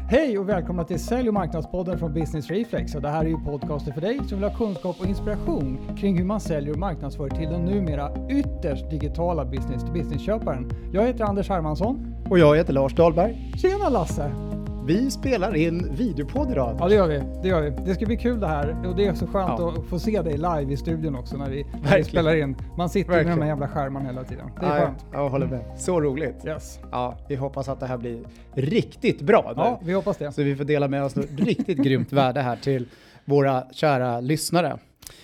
Hej och välkomna till Sälj- och marknadspodden från Business Reflex. Och det här är ju podcasten för dig som vill ha kunskap och inspiration kring hur man säljer och marknadsför till den numera ytterst digitala business-to-business-köparen. Jag heter Anders Hermansson. Och jag heter Lars Dahlberg. Tjena Lasse! Vi spelar in videopodd idag. Ja, det gör vi. Det ska bli kul det här. Och det är så skönt att få se dig live i studion också när vi spelar in. Man sitter med de här jävla skärmarna hela tiden. Det är skönt. Jag håller med. Så roligt. Yes. Ja, vi hoppas att det här blir riktigt bra nu. Ja, vi hoppas det. Så vi får dela med oss något riktigt grymt värde här till våra kära lyssnare.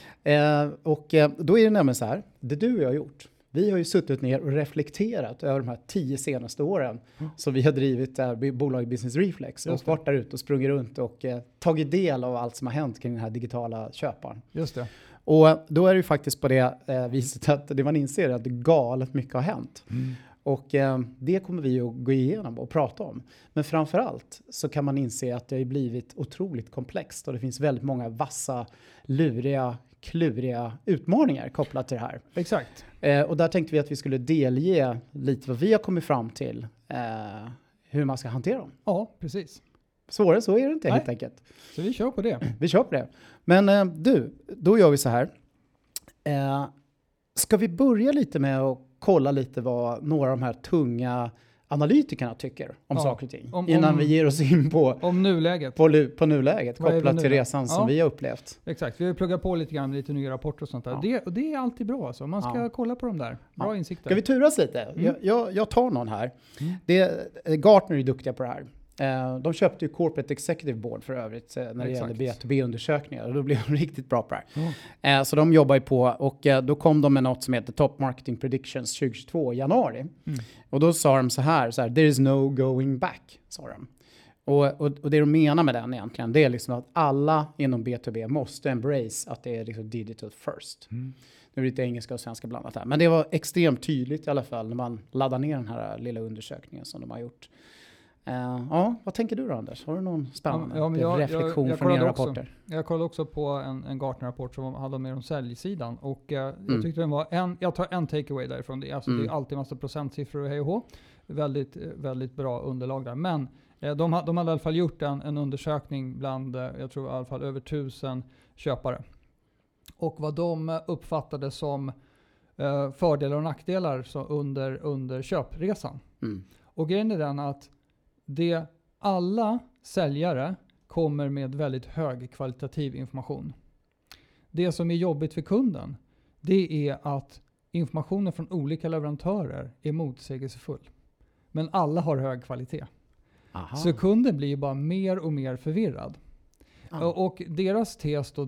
Då är det nämligen så här, det du och jag har gjort. Vi har ju suttit ner och reflekterat över de här 10 senaste åren som vi har drivit bolaget Business Reflex och varit där ute och sprungit runt och tagit del av allt som har hänt kring den här digitala köparen. Just det. Och då är det ju faktiskt på det viset att det man inser är att galet mycket har hänt. Och det kommer vi att gå igenom och prata om. Men framförallt så kan man inse att det har blivit otroligt komplext och det finns väldigt många vassa, luriga, kluriga utmaningar kopplat till det här. Exakt. Och där tänkte vi att vi skulle delge lite vad vi har kommit fram till, hur man ska hantera dem. Ja, precis. Svårare så är det inte helt enkelt. Så vi kör på det. Vi kör på det. Men då gör vi så här. Ska vi börja lite med att kolla lite vad några av de här tunga analytikerna tycker om saker och ting. Innan vi ger oss in på nuläget. På nuläget kopplat till resan som vi har upplevt. Exakt, vi har pluggat på lite grann med lite nya rapporter och sånt där. Det är alltid bra alltså. Man ska kolla på dem där. Bra insikter. Ska vi turas lite? Jag tar någon här. Gartner är duktiga på det här. De köpte ju Corporate Executive Board för övrigt när det gällde B2B-undersökningar och då blev de riktigt bra på det här. Så de jobbar ju på och då kom de med något som heter Top Marketing Predictions 2022 i januari. Och då sa de så här, there is no going back, sa de. Och det de menar med den egentligen, det är liksom att alla inom B2B måste embrace att det är liksom digital first. Nu är det lite engelska och svenska blandat här. Men det var extremt tydligt i alla fall när man laddar ner den här lilla undersökningen som de har gjort. Vad tänker du då, Anders? Har du någon spännande reflektion från era rapporter? Jag kollade också på en Gartner-rapport som handlade mer om säljsidan. Och jag tyckte den var jag tar en takeaway därifrån. Det är alltid massa procentsiffror och hej och hå. Väldigt, väldigt bra underlag där. Men de hade i alla fall gjort en undersökning bland, jag tror i alla fall över 1000 köpare. Och vad de uppfattade som fördelar och nackdelar under köpresan. Och grejen är den att alla säljare kommer med väldigt högkvalitativ information. Det som är jobbigt för kunden, det är att informationen från olika leverantörer är motsägelsefull. Men alla har hög kvalitet. Aha. Så kunden blir ju bara mer och mer förvirrad. Och deras tes då,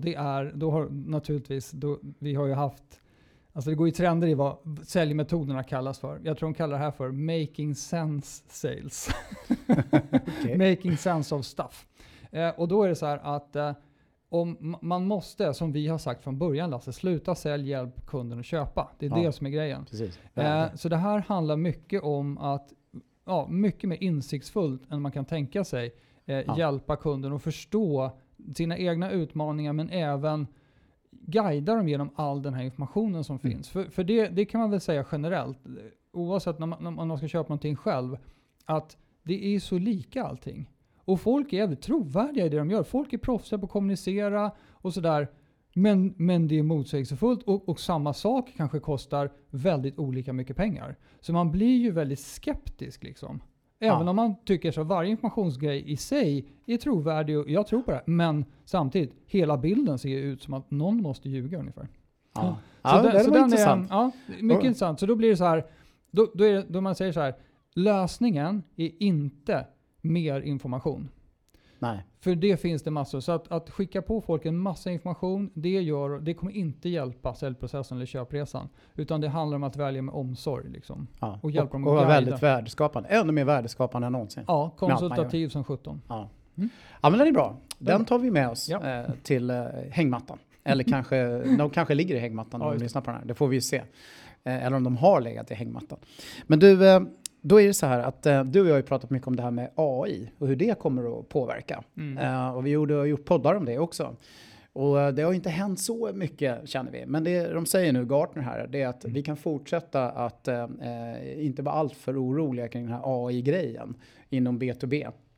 vi har ju haft, alltså det går ju trender i vad säljmetoderna kallas för. Jag tror de kallar det här för making sense sales. Making sense of stuff. Och då är det så här att om man måste, som vi har sagt från början Lasse, sluta sälj, hjälp kunden att köpa. Det är det som är grejen. Precis. Så det här handlar mycket om att, mycket mer insiktsfullt än man kan tänka sig, hjälpa kunden att förstå sina egna utmaningar men även guida dem genom all den här informationen som finns. För det kan man väl säga generellt, oavsett när man ska köpa någonting själv, att det är så lika allting. Och folk är jävligt trovärdiga i det de gör. Folk är proffsiga på att kommunicera och sådär. Men det är motsägelsefullt och samma sak kanske kostar väldigt olika mycket pengar. Så man blir ju väldigt skeptisk liksom. Även om man tycker så varje informationsgrej i sig är trovärdig och jag tror på det. Men samtidigt, hela bilden ser ut som att någon måste ljuga ungefär. Det var intressant. Mycket intressant. Så då blir det så här, då man säger så här, lösningen är inte mer information. Nej. För det finns det massor. Så att skicka på folk en massa information, det kommer inte hjälpa säljprocessen eller köpresan. Utan det handlar om att välja med omsorg. Liksom, och hjälpa dem att vara väldigt värdeskapande. Ännu mer värdeskapande än någonsin. Ja, konsultativ som 17. Ja, men den är bra. Den tar vi med oss till hängmattan. Eller de kanske ligger i hängmattan när de lyssnar på den här. Det får vi ju se. Eller om de har legat i hängmattan. Men du, då är det så här att du och jag har ju pratat mycket om det här med AI och hur det kommer att påverka. Och vi har gjort poddar om det också. Och det har inte hänt så mycket, känner vi. Men det de säger nu, Gartner här, det är att vi kan fortsätta att inte vara allt för oroliga kring den här AI-grejen inom B2B.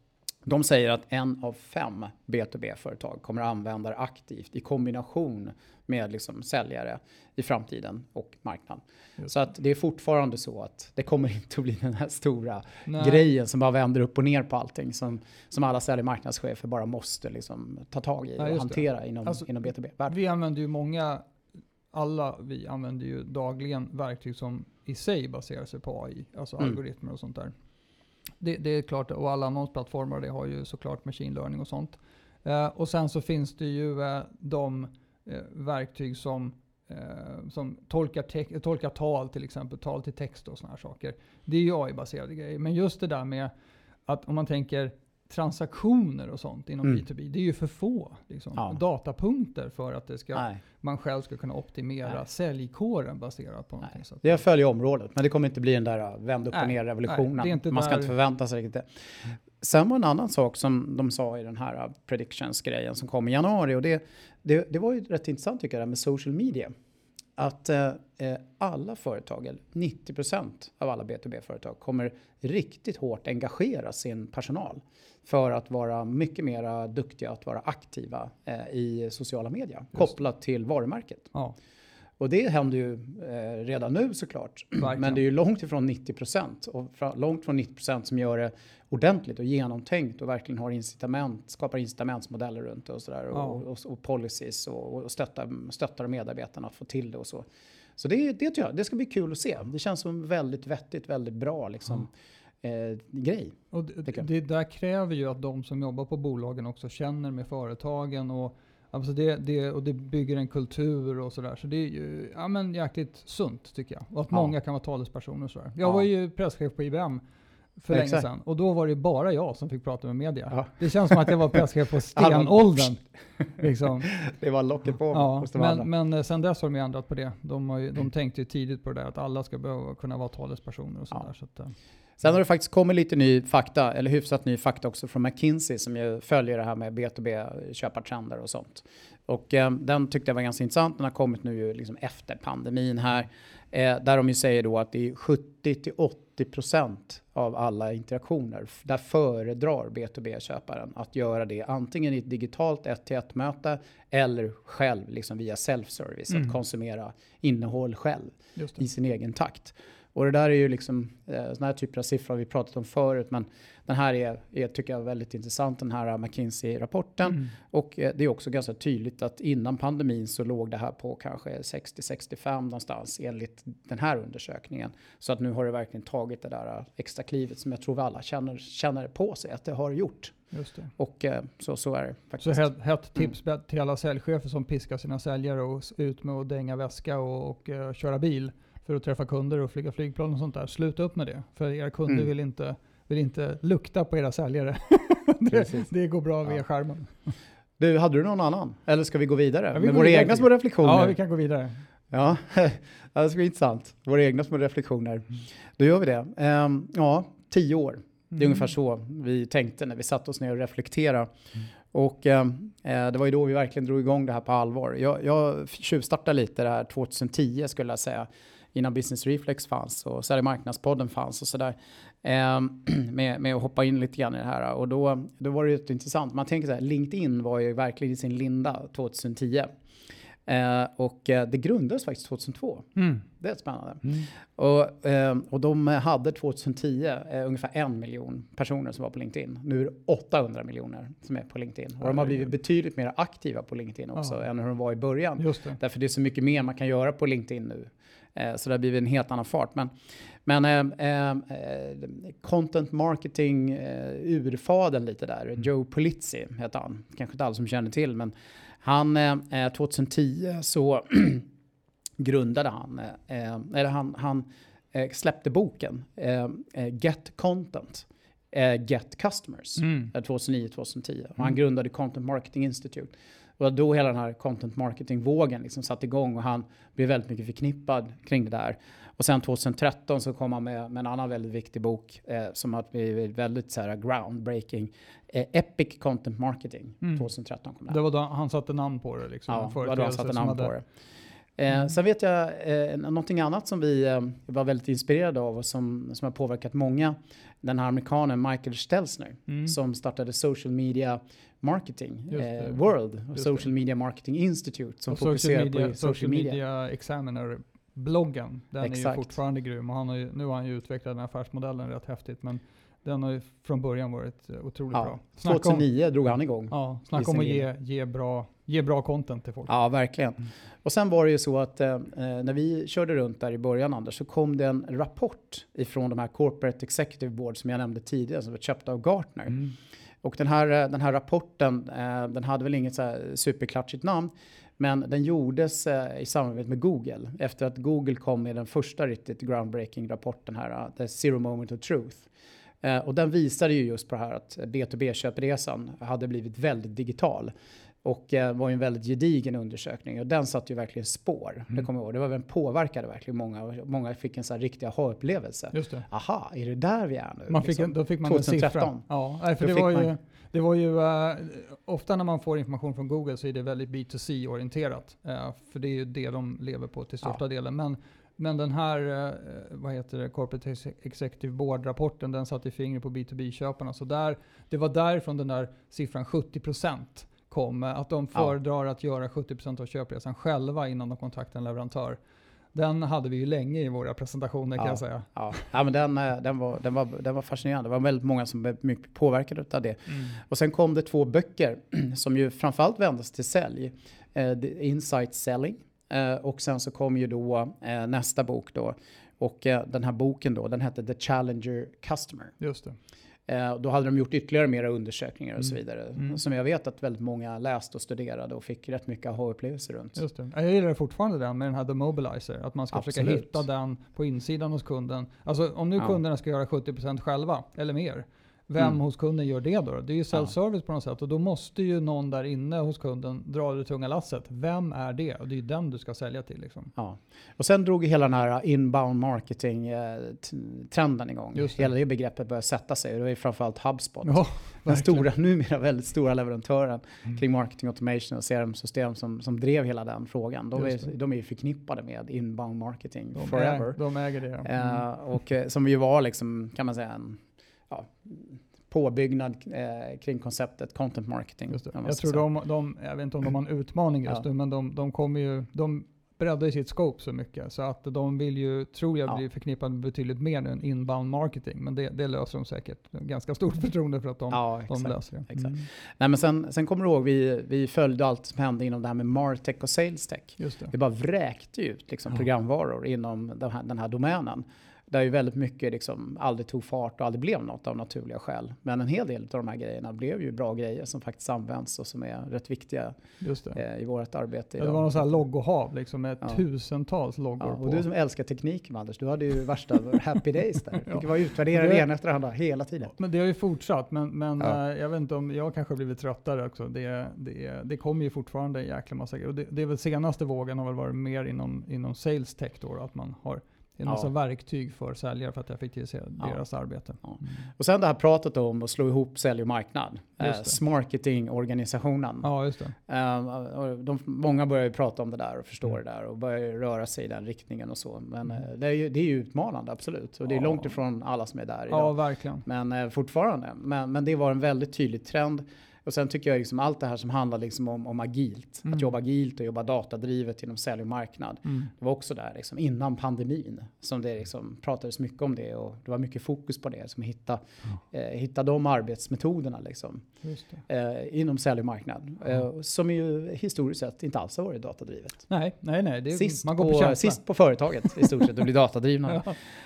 De säger att 1 av 5 B2B-företag kommer att använda det aktivt i kombination med liksom säljare i framtiden och marknaden. Så att det är fortfarande så att det kommer inte att bli den här stora grejen som bara vänder upp och ner på allting som alla sälj- och marknadschefer bara måste liksom ta tag i och hantera inom B2B. Vi använder ju vi använder ju dagligen verktyg som i sig baserar sig på AI, alltså algoritmer och sånt där. Det är klart, och alla annonsplattformar det har ju såklart machine learning och sånt. Och sen så finns det ju de verktyg som tolkar tal, till exempel tal till text och såna här saker. Det är ju AI-baserade grejer. Men just det där med att om man tänker transaktioner och sånt inom B2B, det är ju för få datapunkter för att man själv ska kunna optimera säljkåren baserat på någonting. Så jag följer området, men det kommer inte bli den där vänd upp och ner revolutionen. Man ska inte förvänta sig riktigt. Sen var en annan sak som de sa i den här predictions-grejen som kom i januari, och det var ju rätt intressant tycker jag med social media. Att alla företag, eller 90% av alla B2B-företag kommer riktigt hårt engagera sin personal för att vara mycket mer duktiga att vara aktiva i sociala medier kopplat till varumärket. Ja. Och det händer ju redan nu såklart. Verkligen. Men det är ju långt ifrån 90% och långt från 90% som gör det ordentligt och genomtänkt och verkligen har skapar incitamentsmodeller runt det och sådär och policies och stöttar medarbetarna att få till det och så. Så det tror jag, det ska bli kul att se. Det känns som väldigt vettigt, väldigt bra liksom. Grej. Och det där kräver ju att de som jobbar på bolagen också känner med företagen och alltså det bygger en kultur och sådär. Så det är ju jäkligt sunt tycker jag. Och att många kan vara talespersoner och sådär. Jag var ju presschef på IBM för länge sedan. Och då var det bara jag som fick prata med media. Ja. Det känns som att jag var presschef på stenåldern. Liksom. Det var locket på. Men sen dess har de ändrat på det. De tänkte ju tidigt på det där att alla ska behöva kunna vara talespersoner och sådär. Så att, sen har det faktiskt kommit lite ny fakta, eller hyfsat ny fakta också från McKinsey som ju följer det här med B2B-köpartrender och sånt. Och den tyckte jag var ganska intressant. Den har kommit nu ju liksom efter pandemin här. Där de ju säger då att det är 70-80% av alla interaktioner där föredrar B2B-köparen att göra det antingen i ett digitalt 1-till-1-möte eller själv liksom via self-service, att konsumera innehåll själv i sin egen takt. Och det där är ju liksom såna här typer av siffror vi pratat om förut, men den här är tycker jag väldigt intressant, den här McKinsey-rapporten. Och det är också ganska tydligt att innan pandemin så låg det här på kanske 60-65 någonstans enligt den här undersökningen. Så att nu har det verkligen tagit det där extra klivet som jag tror vi alla känner på sig att det har gjort. Just det. Och så är det faktiskt. Så hett tips till alla säljchefer som piskar sina säljare och ut med att dänga väska och köra bil för att träffa kunder och flyga flygplan och sånt där. Sluta upp med det. För era kunder vill inte lukta på era säljare. det går bra via skärmen. Du, hade du någon annan? Eller ska vi gå vidare med våra egna små reflektioner? Ja, vi kan gå vidare. Ja, det ska bli intressant. Våra egna små reflektioner. Då gör vi det. 10 år. Det är ungefär så vi tänkte när vi satt oss ner och reflekterade. Och det var ju då vi verkligen drog igång det här på allvar. Jag tjuvstartade lite det här 2010 skulle jag säga. Innan Business Reflex fanns och Sälj- och marknadspodden fanns och sådär. Med att hoppa in lite grann i det här. Och då var det ju intressant. Man tänker så här, LinkedIn var ju verkligen i sin linda 2010. Och det grundades faktiskt 2002. Det är spännande. Och de hade 2010 ungefär 1 miljon personer som var på LinkedIn. Nu är det 800 miljoner som är på LinkedIn. Och de har blivit betydligt mer aktiva på LinkedIn också än hur de var i början. Just det. Därför det är så mycket mer man kan göra på LinkedIn nu. Så det har blivit en helt annan fart. Men content marketing urfaden lite där. Joe Pulizzi heter han. Kanske inte alla som känner till, men han 2010 så grundade han släppte boken Get Content, Get Customers 2009-2010. Och han grundade Content Marketing Institute. Och då hela den här content marketing-vågen liksom satt igång och han blev väldigt mycket förknippad kring det där. Och sen 2013 så kom han med en annan väldigt viktig bok som har blivit väldigt så här groundbreaking. Epic Content Marketing 2013 kom det. Det var då han satte namn på det liksom. Ja, det var då han satte namn på det. Sen vet jag någonting annat som vi var väldigt inspirerade av och som har påverkat många. Den här amerikanen Michael Stelzner som startade Social Media Marketing World och Social Media Marketing Institute som fokuserar på social media Examiner-bloggen. Den är ju fortfarande grym och nu har han ju utvecklat den här affärsmodellen rätt häftigt, men den har ju från början varit otroligt bra. 2009 drog han igång. Ja, snacka om att ge bra content till folk. Ja, verkligen. Och sen var det ju så att när vi körde runt där i början, Anders, så kom det en rapport ifrån de här Corporate Executive Board som jag nämnde tidigare, som var köpta av Gartner. Och den här rapporten, den hade väl inget så här superklatschigt namn, men den gjordes i samarbete med Google efter att Google kom med den första riktigt groundbreaking rapporten här, The Zero Moment of Truth. Och den visade ju just på det här att B2B-köpresan hade blivit väldigt digital. Och var ju en väldigt gedigen undersökning. Och den satt ju verkligen spår. Det kommer jag ihåg. Det var väl påverkade verkligen många. Många fick en sån här riktig aha-upplevelse. Just det. Aha, är det där vi är nu? Då fick man 2013. En siffra. Ja, för det var ju ofta när man får information från Google så är det väldigt B2C-orienterat. För det är ju det de lever på till största delen. Men den här Corporate Executive Board-rapporten, den satte fingret på B2B-köparna. Så det var därifrån den där siffran 70% kom. Att de föredrar att göra 70% av köpresan själva innan de kontaktar en leverantör. Den hade vi ju länge i våra presentationer kan jag säga. Ja, men den var fascinerande. Det var väldigt många som blev mycket påverkade av det. Och sen kom det 2 böcker som ju framförallt vändes till sälj. The Insight Selling. Och sen så kom ju då nästa bok då. Och den här boken då, den hette The Challenger Customer. Just det. Då hade de gjort ytterligare mera undersökningar och så vidare. Som jag vet att väldigt många läste och studerade och fick rätt mycket aha-upplevelser runt. Just det. Jag gillar fortfarande den med den här The Mobilizer. Att man ska försöka hitta den på insidan hos kunden. Alltså om nu kunderna ska göra 70% själva eller mer. Vem hos kunden gör det då? Det är ju self-service på något sätt. Och då måste ju någon där inne hos kunden dra det tunga lasset. Vem är det? Och det är ju den du ska sälja till. Liksom. Ja. Och sen drog hela den här inbound marketing-trenden igång. Hela det begreppet började sätta sig. Det var ju framförallt HubSpot. Ja, den numera väldigt stora leverantören kring marketing automation och CRM-system som drev hela den frågan. De är ju förknippade med inbound marketing forever. De äger det. Och som ju var liksom, kan man säga, en påbyggnad kring konceptet content marketing. Jag tror jag vet inte om de har en utmaning just nu, men de breddar sitt scope så mycket så att de vill ju, tror jag, bli förknippade med betydligt mer än inbound marketing, men det löser de säkert. Ganska stort förtroende för att de löser det. Exakt. Nej, men sen kommer du ihåg, vi följde allt som hände inom det här med Martech och SalesTech. Vi bara vräkte ut liksom programvaror inom den här domänen. Där ju väldigt mycket liksom aldrig tog fart och aldrig blev något av naturliga skäl. Men en hel del av de här grejerna blev ju bra grejer som faktiskt används och som är rätt viktiga i vårt arbete idag. Det var någon sån här loggohav liksom med tusentals loggor på. Och du som älskar teknik, Anders, du hade ju värsta happy days där. Du fick vara utvärderad en efter andra hela tiden. Men det har ju fortsatt, men jag vet inte om jag kanske blivit tröttare också. Det kommer ju fortfarande en jäkla massa grejer. Och det är väl senaste vågen har väl varit mer inom sales tech då, att man har en massa verktyg för säljare för att effektivisera deras arbete. Ja. Och sen det här pratet om att slå ihop sälj och marknad. Smarketing-organisationen. Ja, just det. Många börjar ju prata om det där och förstå det där och börjar röra sig i den riktningen och så. Men det är ju utmanande, absolut. Och det är långt ifrån alla som är där idag. Ja, verkligen. Men fortfarande. Men det var en väldigt tydlig trend. Och sen tycker jag liksom allt det här som handlar liksom om agilt. Att jobba agilt och jobba datadrivet inom sälj och marknad. Det var också där liksom innan pandemin som det liksom pratades mycket om det. Och det var mycket fokus på det. Som hitta de arbetsmetoderna liksom, inom sälj och marknad. Som ju historiskt sett inte alls har varit datadrivet. Nej. Man går sist på företaget i stort sett att bli datadrivna.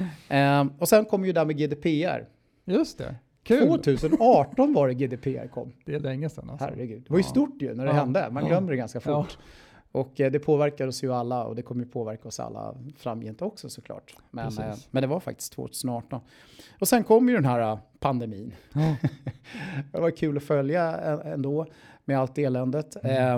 Och sen kom ju där med GDPR. Just det. Kul. 2018 var det GDPR kom. Det är länge sedan. Alltså. Herregud. Det var ju stort ju när det hände. Man glömmer det ganska fort. Och det påverkar oss ju alla och det kommer ju påverka oss alla framgent också såklart. Men det var faktiskt 2018. Och sen kom ju den här pandemin. Det var kul att följa ändå med allt eländet.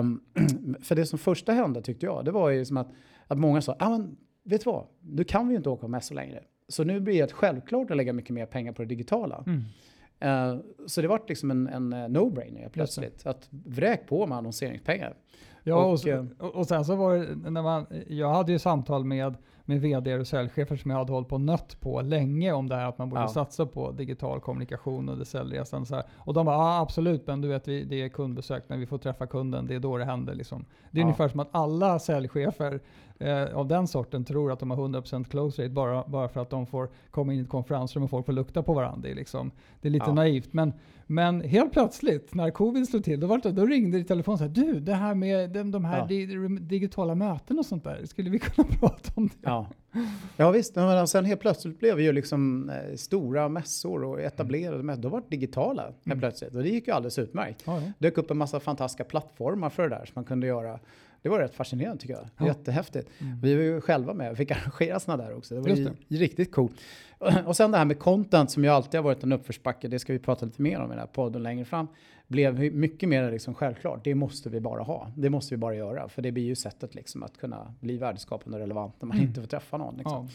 För det som första hände tyckte jag, det var ju som att många sa, men vet du vad, nu kan vi ju inte åka med så längre. Så nu blir det självklart att lägga mycket mer pengar på det digitala. Så det var liksom en no-brainer plötsligt. Att vräk på med annonseringspengar. Ja, och sen så var det, jag hade ju samtal med vd och säljchefer som jag hade hållit på nött på länge om det här att man borde satsa på digital kommunikation och det säljresan. Så här. Och de bara, absolut, men du vet, det är kundbesök när vi får träffa kunden, det är då det händer. Liksom. Det är ungefär som att alla säljchefer av den sorten tror att de har 100% close rate bara för att de får komma in i ett konferensrum och folk får lukta på varandra. Det är lite naivt. Men helt plötsligt, när covid slog till, då ringde det i telefon och sa, du, det här med de här digitala möten och sånt där, skulle vi kunna prata om det? Ja visst, men sen helt plötsligt blev ju liksom stora mässor och etablerade mässor, då var det digitala helt plötsligt. Och det gick ju alldeles utmärkt. Det dök upp en massa fantastiska plattformar för det där som man kunde göra. Det var rätt fascinerande tycker jag. Jättehäftigt. Vi var ju själva med och fick arrangera såna där också. Det var ju riktigt coolt. Och sen det här med content som ju alltid har varit en uppförsbacke, det ska vi prata lite mer om i den här podden längre fram, blev mycket mer liksom självklart. Det måste vi bara ha. Det måste vi bara göra. För det blir ju sättet liksom att kunna bli värdeskapande och relevant när man inte får träffa någon. Liksom.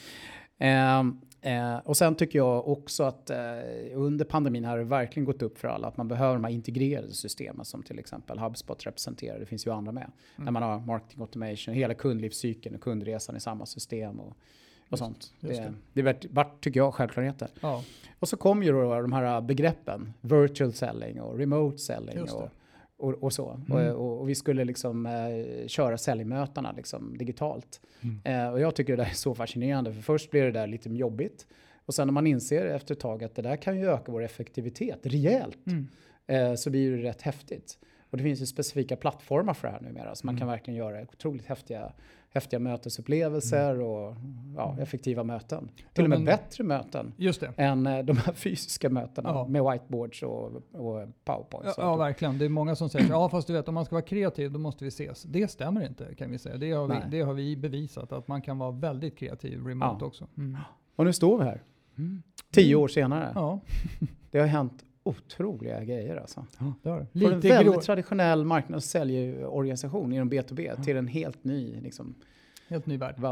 Och sen tycker jag också att under pandemin har det verkligen gått upp för alla att man behöver de här integrerade systemen som till exempel HubSpot representerar. Det finns ju andra med. När man har marketing automation, hela kundlivscykeln och kundresan i samma system och sånt. Det vart, tycker jag, självklarheter. Och så kom ju då de här begreppen virtual selling och remote selling och så. Och vi skulle liksom köra säljmötena liksom digitalt. Och jag tycker det där är så fascinerande. För först blir det där lite jobbigt. Och sen när man inser efter ett tag att det där kan ju öka vår effektivitet rejält. Så blir det rätt häftigt. Och det finns ju specifika plattformar för det här numera. Så man kan verkligen göra otroligt häftiga mötesupplevelser och effektiva möten. Till och med bättre möten än de här fysiska mötena med whiteboards och powerpoints. Ja, verkligen. Det är många som säger fast du vet, om man ska vara kreativ då måste vi ses. Det stämmer inte, kan vi säga. Det har vi bevisat att man kan vara väldigt kreativ remote också. Och nu står vi här. 10 år senare. Det har hänt otroliga grejer alltså. Det har det. Från en väldigt traditionell marknads- och säljorganisation inom B2B till en helt ny liksom, helt ny värld.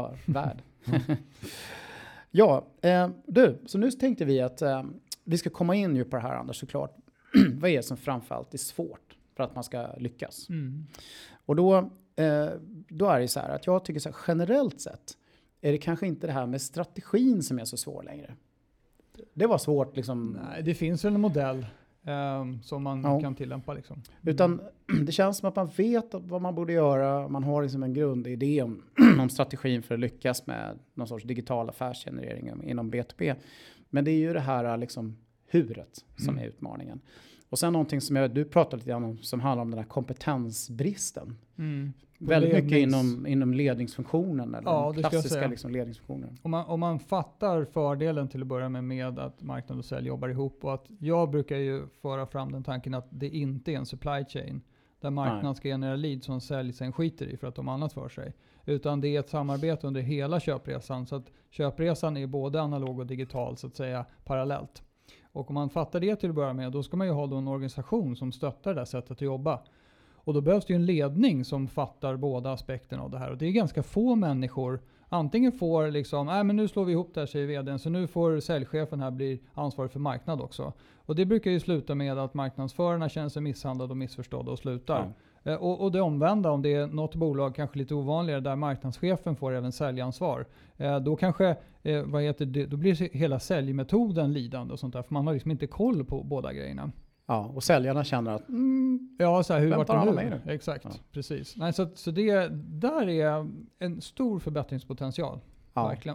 Så nu tänkte vi att vi ska komma in ju på det här, Anders, såklart. Vad är det som framförallt är svårt för att man ska lyckas? Och då är det så här att jag tycker så här, generellt sett är det kanske inte det här med strategin som är så svår längre. Det var svårt liksom. Nej, det finns väl en modell som man kan tillämpa liksom. Utan det känns som att man vet vad man borde göra. Man har liksom en grundidé om strategin för att lyckas med någon sorts digital affärsgenerering inom B2B. Men det är ju det här liksom huret som är utmaningen. Och sen någonting som du pratade lite om som handlar om den här kompetensbristen. Väldigt mycket inom ledningsfunktionen eller den klassiska liksom ledningsfunktionen. Om man fattar fördelen till att börja med att marknad och sälj jobbar ihop, och att jag brukar ju föra fram den tanken att det inte är en supply chain där marknaden ska generera lead som sälj sen skiter i för att de har annat för sig. Utan det är ett samarbete under hela köpresan, så att köpresan är både analog och digital så att säga parallellt. Och om man fattar det till att börja med, då ska man ju ha då en organisation som stöttar det här sättet att jobba. Och då behövs det ju en ledning som fattar båda aspekterna av det här. Och det är ganska få människor. Antingen får liksom, men nu slår vi ihop det här, säger vdn. Så nu får säljchefen här bli ansvarig för marknad också. Och det brukar ju sluta med att marknadsförarna känner sig misshandlade och missförstådda och slutar. Och det omvända, om det är något bolag kanske lite ovanligare där marknadschefen får även säljansvar. Då kanske, då blir hela säljmetoden lidande och sånt där. För man har liksom inte koll på båda grejerna. Ja, och säljarna känner att så här, hur vart det nu? Exakt, precis. Nej, så det där är en stor förbättringspotential. Verkligen.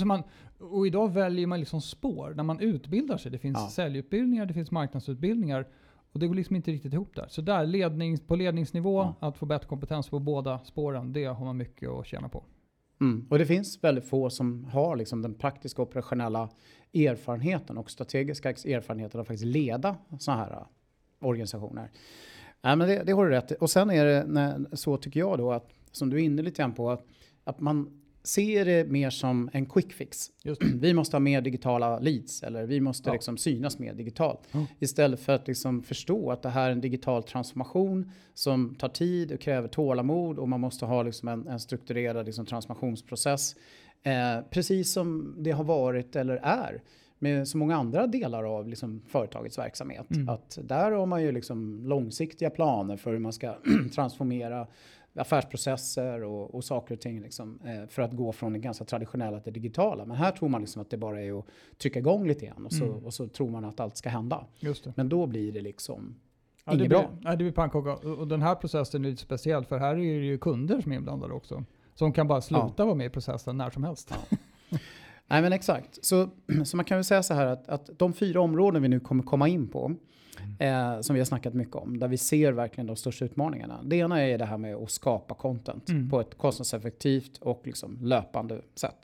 Och idag väljer man liksom spår när man utbildar sig. Det finns säljutbildningar, det finns marknadsutbildningar. Och det går liksom inte riktigt ihop där. Så där, på ledningsnivå, att få bättre kompetens på båda spåren, det har man mycket att tjäna på. Och det finns väldigt få som har liksom den praktiska operationella erfarenheten och strategiska erfarenheten att faktiskt leda sådana här organisationer. Men det har du rätt. Och sen är det så tycker jag då att, som du är inne lite grann på, att man ser det mer som en quick fix. Vi måste ha mer digitala leads eller vi måste liksom synas mer digitalt. Istället för att liksom förstå att det här är en digital transformation som tar tid och kräver tålamod och man måste ha liksom en strukturerad liksom transformationsprocess. Precis som det har varit eller är med så många andra delar av liksom företagets verksamhet. Att där har man ju liksom långsiktiga planer för hur man ska transformera affärsprocesser och saker och ting liksom, för att gå från det ganska traditionella till det digitala. Men här tror man liksom att det bara är att trycka igång lite grann och så tror man att allt ska hända. Just det. Men då blir det liksom det blir pannkaka. Och den här processen är lite speciell, för här är det ju kunder som är inblandade också. Som kan bara sluta vara med i processen när som helst. Ja. Nej men exakt. Så man kan väl säga så här att de 4 områden vi nu kommer komma in på, som vi har snackat mycket om, där vi ser verkligen de största utmaningarna. Det ena är det här med att skapa content på ett kostnadseffektivt och liksom löpande sätt.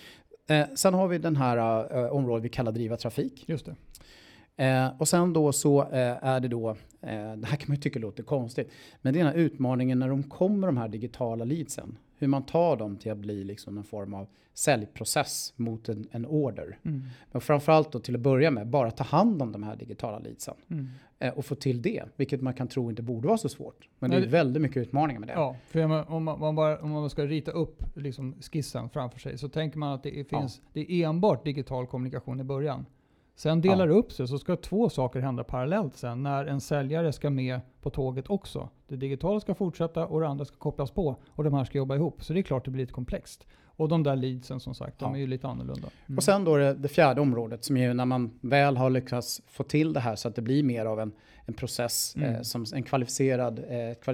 Sen har vi den här området vi kallar driva trafik. Just det. Och sen då så är det då, det här kan man ju tycka låter konstigt, men det är den här utmaningen när de kommer, de här digitala leadsen. Hur man tar dem till att bli liksom en form av säljprocess mot en order. Men framförallt då till att börja med bara ta hand om de här digitala leadsen. Och få till det, vilket man kan tro inte borde vara så svårt. Men det är väldigt mycket utmaningar med det. Ja, för om man ska rita upp liksom skissen framför sig, så tänker man att det är enbart digital kommunikation i början. Sen delar det upp sig, så ska 2 saker hända parallellt sen när en säljare ska med på tåget också. Det digitala ska fortsätta och det andra ska kopplas på och de här ska jobba ihop. Så det är klart det blir lite komplext. Och de där leadsen som sagt, de är ju lite annorlunda. Och sen då det 4:e området som är när man väl har lyckats få till det här så att det blir mer av en process som en kvalificerad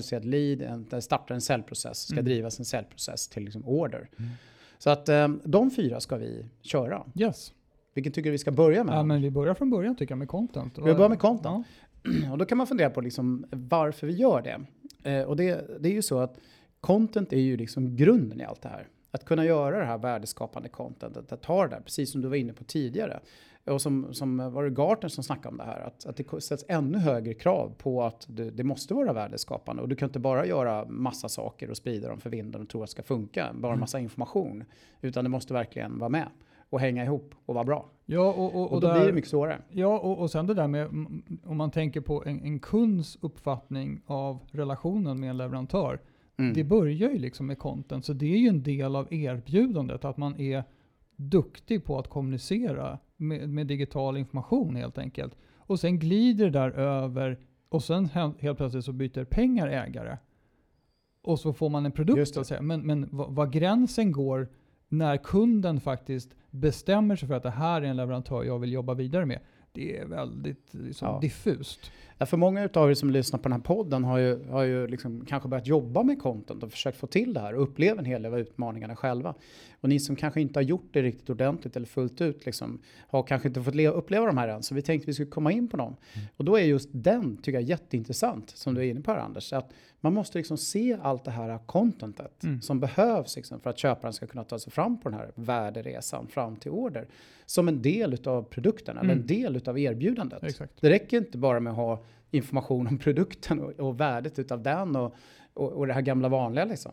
lead, startar en säljprocess, ska drivas en säljprocess till liksom order. Så att de 4 ska vi köra. Yes. Vilken tycker du vi ska börja med? Ja, men vi börjar från början tycker jag med content. Vi börjar med content. Ja. Och då kan man fundera på liksom varför vi gör det. Och det är ju så att content är ju liksom grunden i allt det här. Att kunna göra det här värdeskapande contentet, att ta det där, precis som du var inne på tidigare. Och som var det Gartner som snackade om det här, att det sätts ännu högre krav på att det måste vara värdeskapande. Och du kan inte bara göra massa saker och sprida dem för vinden och tro att det ska funka, bara massa information. Utan det måste verkligen vara med och hänga ihop och vara bra. Ja, och då blir det mycket svårare. Ja, och sen det där med, om man tänker på en kunds uppfattning av relationen med en leverantör. Det börjar ju liksom med content, så det är ju en del av erbjudandet, att man är duktig på att kommunicera med digital information helt enkelt. Och sen glider det där över, och sen helt plötsligt så byter pengar ägare. Och så får man en produkt så att säga. Men vad gränsen går när kunden faktiskt bestämmer sig för att det här är en leverantör jag vill jobba vidare med, det är väldigt liksom diffust. Ja, för många av er som lyssnar på den här podden har ju liksom kanske börjat jobba med content och försökt få till det här och uppleva en hel del av utmaningarna själva. Och ni som kanske inte har gjort det riktigt ordentligt eller fullt ut liksom, har kanske inte fått uppleva de här än. Så vi tänkte att vi skulle komma in på dem. Och då är just den, tycker jag, jätteintressant som du är inne på här, Anders. Att man måste liksom se allt det här contentet som behövs liksom, för att köparen ska kunna ta sig fram på den här värderesan fram till order. Som en del av produkten eller en del av erbjudandet. Exakt. Det räcker inte bara med att ha information om produkten och värdet utav den och det här gamla vanliga liksom.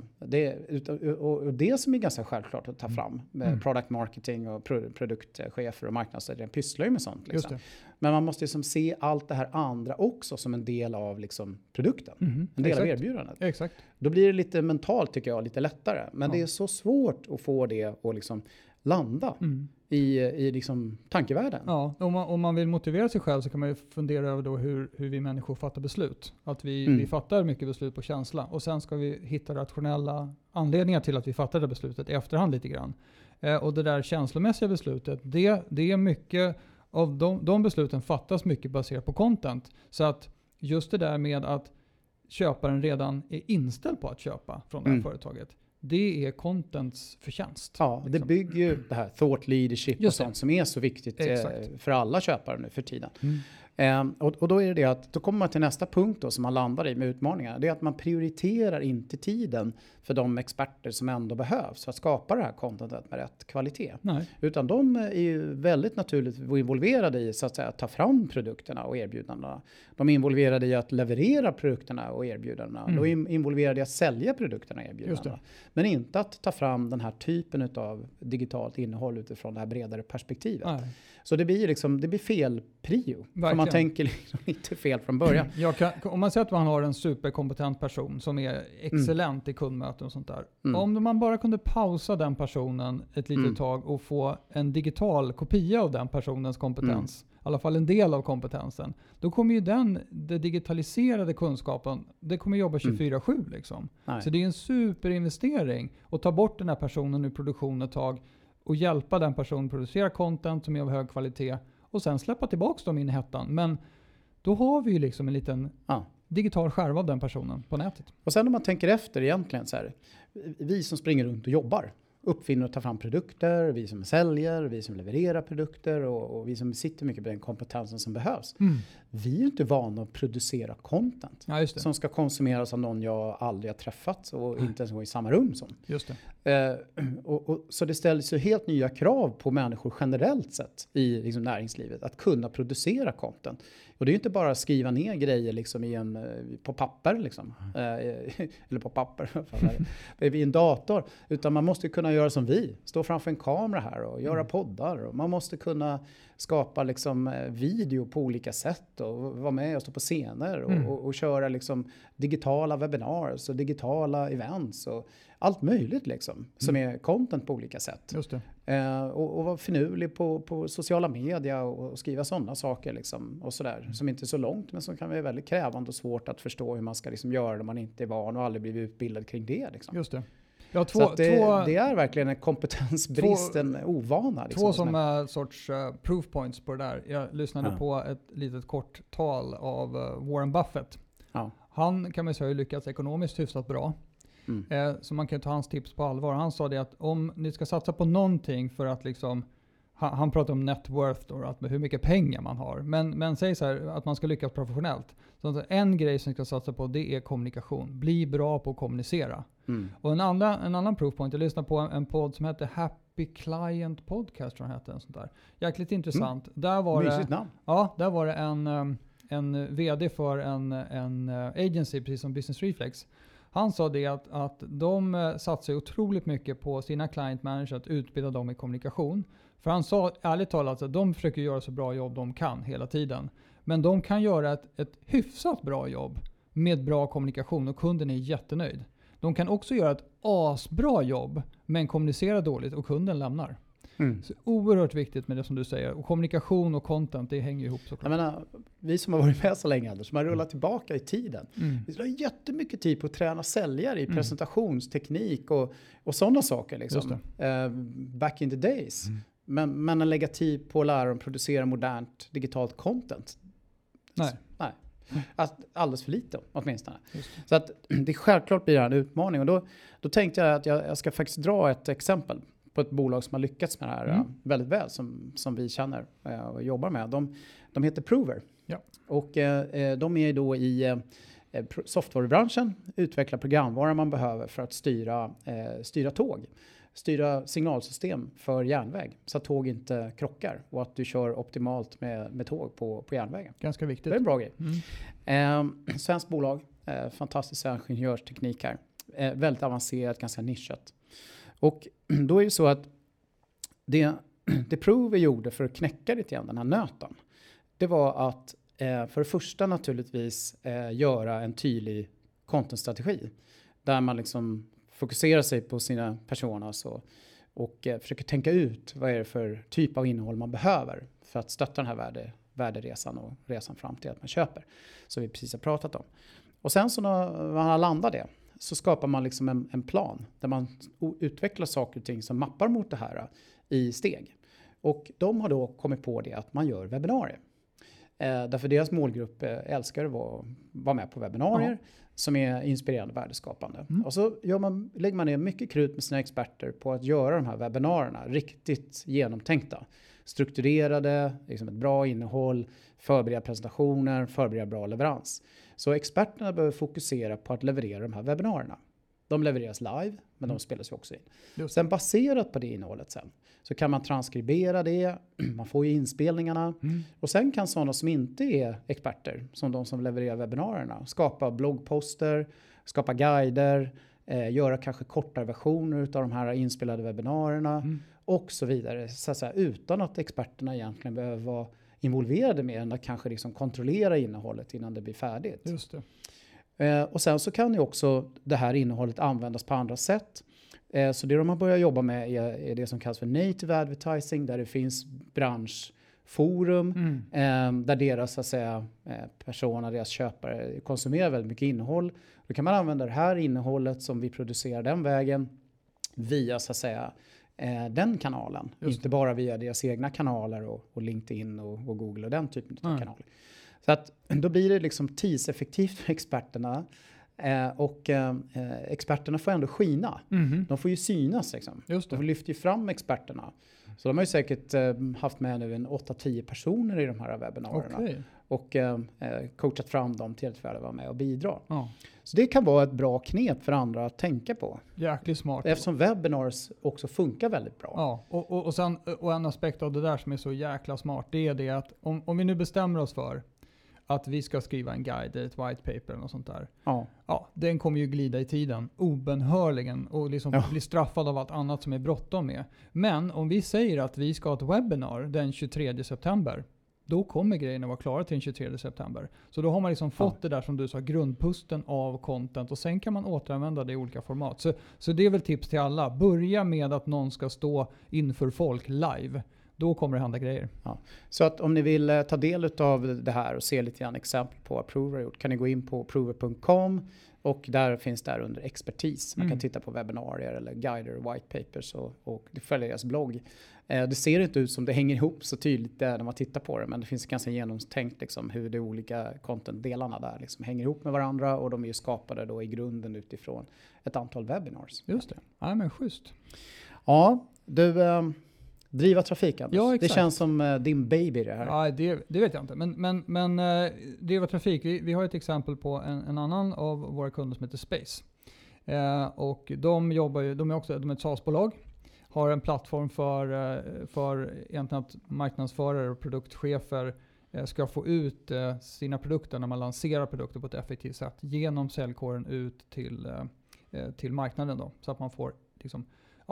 Det som är ganska självklart att ta fram med product marketing och produktchefer och marknadsledare pysslar ju med sånt liksom. Men man måste liksom se allt det här andra också som en del av liksom produkten. En del av erbjudandet. Exakt. Då blir det lite mentalt, tycker jag, lite lättare. Men det är så svårt att få det att liksom landa i liksom tankevärlden. Ja, om man vill motivera sig själv så kan man ju fundera över då hur vi människor fattar beslut. Att vi fattar mycket beslut på känsla. Och sen ska vi hitta rationella anledningar till att vi fattar det beslutet i efterhand lite grann. Och det där känslomässiga beslutet, det är mycket av de besluten fattas mycket baserat på content. Så att just det där med att köparen redan är inställd på att köpa från det här företaget. Det är contents förtjänst. Ja, liksom. Det bygger ju det här thought leadership och sånt som är så viktigt för alla köpare nu för tiden. Och då är det att då kommer man till nästa punkt då, som man landar i med utmaningarna. Det är att man prioriterar inte tiden för de experter som ändå behövs för att skapa det här contentet med rätt kvalitet. Nej. Utan de är ju väldigt naturligt involverade i så att säga, att ta fram produkterna och erbjudandena. De är involverade i att leverera produkterna och erbjudandena. De är involverade i att sälja produkterna och erbjudandena. Men inte att ta fram den här typen av digitalt innehåll utifrån det här bredare perspektivet. Nej. Så det blir fel prio. Verkligen. Får man tänker liksom inte fel från början. Om man säger att man har en superkompetent person som är excellent i kundmöten och sånt där. Om man bara kunde pausa den personen ett litet tag och få en digital kopia av den personens kompetens, i alla fall en del av kompetensen, då kommer ju den digitaliserade kunskapen, det kommer jobba 24/7 liksom. Så det är en superinvestering att ta bort den här personen ur produktion ett tag och hjälpa den personen producera content som är av hög kvalitet och sen släppa tillbaka dem in i hettan. Men då har vi ju liksom en liten digital skärva av den personen på nätet. Och sen om man tänker efter egentligen så här, vi som springer runt och jobbar, uppfinner och tar fram produkter, vi som säljer, vi som levererar produkter och vi som sitter mycket på den kompetensen som behövs. Vi är ju inte vana att producera content som ska konsumeras av någon jag aldrig har träffat och inte ens går i samma rum som. Just det. Så det ställs ju helt nya krav på människor generellt sett i liksom näringslivet att kunna producera content. Och det är ju inte bara att skriva ner grejer liksom på papper liksom. Eller på papper i en dator. Utan man måste kunna göra som vi. Stå framför en kamera här och göra poddar. Och man måste kunna skapa liksom video på olika sätt. Och vara med och stå på scener. Och köra liksom digitala webinars och digitala events. Och allt möjligt liksom. Som är content på olika sätt. Just det. Och vara finurlig på sociala medier och skriva sådana saker liksom, och sådär, som inte är så långt men som kan vara väldigt krävande och svårt att förstå hur man ska liksom göra det om man inte är van och aldrig blivit utbildad kring det. Liksom. Just det. Det är verkligen en kompetensbrist, en ovana. Liksom, två som är sorts proof points på det där. Jag lyssnade på ett litet kort tal av Warren Buffett. Ja. Han kan man säga har lyckats ekonomiskt hyfsat bra. Så man kan ta hans tips på allvar. Han sa det att om ni ska satsa på någonting för att liksom, han pratar om net worth då, hur mycket pengar man har. Men säg så här att man ska lyckas professionellt. Så en grej som ni ska satsa på, det är kommunikation. Bli bra på att kommunicera. Och en annan proof point, jag lyssnade på en podd som heter Happy Client Podcast, tror jag hette, en sånt där. Jäkligt intressant. Där var mysigt namn. Ja, där var det en vd för en agency, precis som Business Reflex. Han sa det att de satsar otroligt mycket på sina client managers att utbilda dem i kommunikation. För han sa ärligt talat att de försöker göra så bra jobb de kan hela tiden. Men de kan göra ett hyfsat bra jobb med bra kommunikation och kunden är jättenöjd. De kan också göra ett asbra jobb men kommunicera dåligt och kunden lämnar. Så oerhört viktigt med det som du säger. Och kommunikation och content, det hänger ihop såklart. Jag menar, vi som har varit med så länge, Anders, som har rullat tillbaka i tiden. Vi har jättemycket tid på att träna säljare i presentationsteknik och sådana saker. Liksom. Back in the days. Men att lägga tid på att lära dem producera modernt digitalt content. Nej. Alldeles för lite åtminstone. Så att det självklart blir en utmaning. Och då tänkte jag att jag ska faktiskt dra ett exempel på ett bolag som har lyckats med det här väldigt väl, som vi känner och jobbar med. De heter Prover. Ja. Och de är då i softwarebranschen, utvecklar programvara man behöver för att styra tåg. Styra signalsystem för järnväg så att tåg inte krockar och att du kör optimalt med tåg på järnvägen. Ganska viktigt. Det är en bra grej. Svenskt bolag, fantastisk ingenjörsteknik här. Väldigt avancerat, ganska nischat. Och då är det så att det Prover gjorde för att knäcka lite grann den här nöten, det var att för det första naturligtvis göra en tydlig contentstrategi där man liksom fokuserar sig på sina personas och försöker tänka ut vad är det för typ av innehåll man behöver för att stötta den här värderesan och resan fram till att man köper, som vi precis har pratat om. Och sen så när man har landat det, så skapar man liksom en plan där man utvecklar saker och ting som mappar mot det här i steg. Och de har då kommit på det att man gör webbinarier. Därför deras målgrupp älskar att vara med på webbinarier som är inspirerande och värdeskapande. Och så lägger man ner mycket krut med sina experter på att göra de här webbinarierna riktigt genomtänkta. Strukturerade, liksom ett bra innehåll, förbereda presentationer, förbereda bra leverans. Så experterna behöver fokusera på att leverera de här webbinarierna. De levereras live, men de spelas ju också in. Sen baserat på det innehållet sen, så kan man transkribera det, man får ju inspelningarna. Och sen kan sådana som inte är experter, som de som levererar webbinarierna, skapa bloggposter, skapa guider, göra kanske kortare versioner av de här inspelade webbinarierna och så vidare. Så utan att experterna egentligen behöver vara involverade mer än att kanske liksom kontrollera innehållet innan det blir färdigt. Just det. Och sen så kan ju också det här innehållet användas på andra sätt. Så det de har börjat jobba med är det som kallas för native advertising, där det finns branschforum där deras så att säga, personer, deras köpare konsumerar väldigt mycket innehåll. Då kan man använda det här innehållet som vi producerar den vägen via så att säga den kanalen. Inte bara via deras egna kanaler och LinkedIn och Google och den typen av kanaler. Så att då blir det liksom tidseffektivt för experterna. Och experterna får ändå skina. De får ju synas liksom. De lyfter ju fram experterna. Så de har ju säkert haft med nu en 8-10 personer i de här webbinarierna. Okay. Och coachat fram dem till att vara med och bidra. Så det kan vara ett bra knep för andra att tänka på. Jäkligt smart. Eftersom webinars också funkar väldigt bra. Ja, och en aspekt av det där som är så jäkla smart, det är det att om vi nu bestämmer oss för att vi ska skriva en guide, ett white paper eller något sånt där. Ja, den kommer ju glida i tiden obenhörligen och liksom bli straffad av allt annat som är bråttom med. Men om vi säger att vi ska ha ett webinar den 23 september, då kommer grejerna vara klara till den 23 september. Så då har man liksom fått det där som du sa, grundpusten av content, och sen kan man återanvända det i olika format. Så det är väl tips till alla. Börja med att någon ska stå inför folk live. Då kommer det hända grejer. Ja. Så att om ni vill ta del av det här och se lite grann exempel på vad Prover har gjort, kan ni gå in på prover.com och där finns där under expertis. Man kan titta på webbinarier eller guider, white papers och följa deras blogg. Det ser inte ut som det hänger ihop så tydligt där när man tittar på det, men det finns ganska genomtänkt liksom hur de olika content-delarna där liksom hänger ihop med varandra, och de är ju skapade då i grunden utifrån ett antal webinars. Just det. Ja, men schysst. Ja, du... Driva trafik, Anders. Ja, det känns som din baby det här. Ja, det vet jag inte. Men driva trafik, vi har ett exempel på en annan av våra kunder som heter Space. Och de är ett SaaS-bolag. Har en plattform för egentligen att marknadsförare och produktchefer ska få ut sina produkter när man lanserar produkter på ett effektivt sätt genom säljkåren ut till marknaden då, så att man får liksom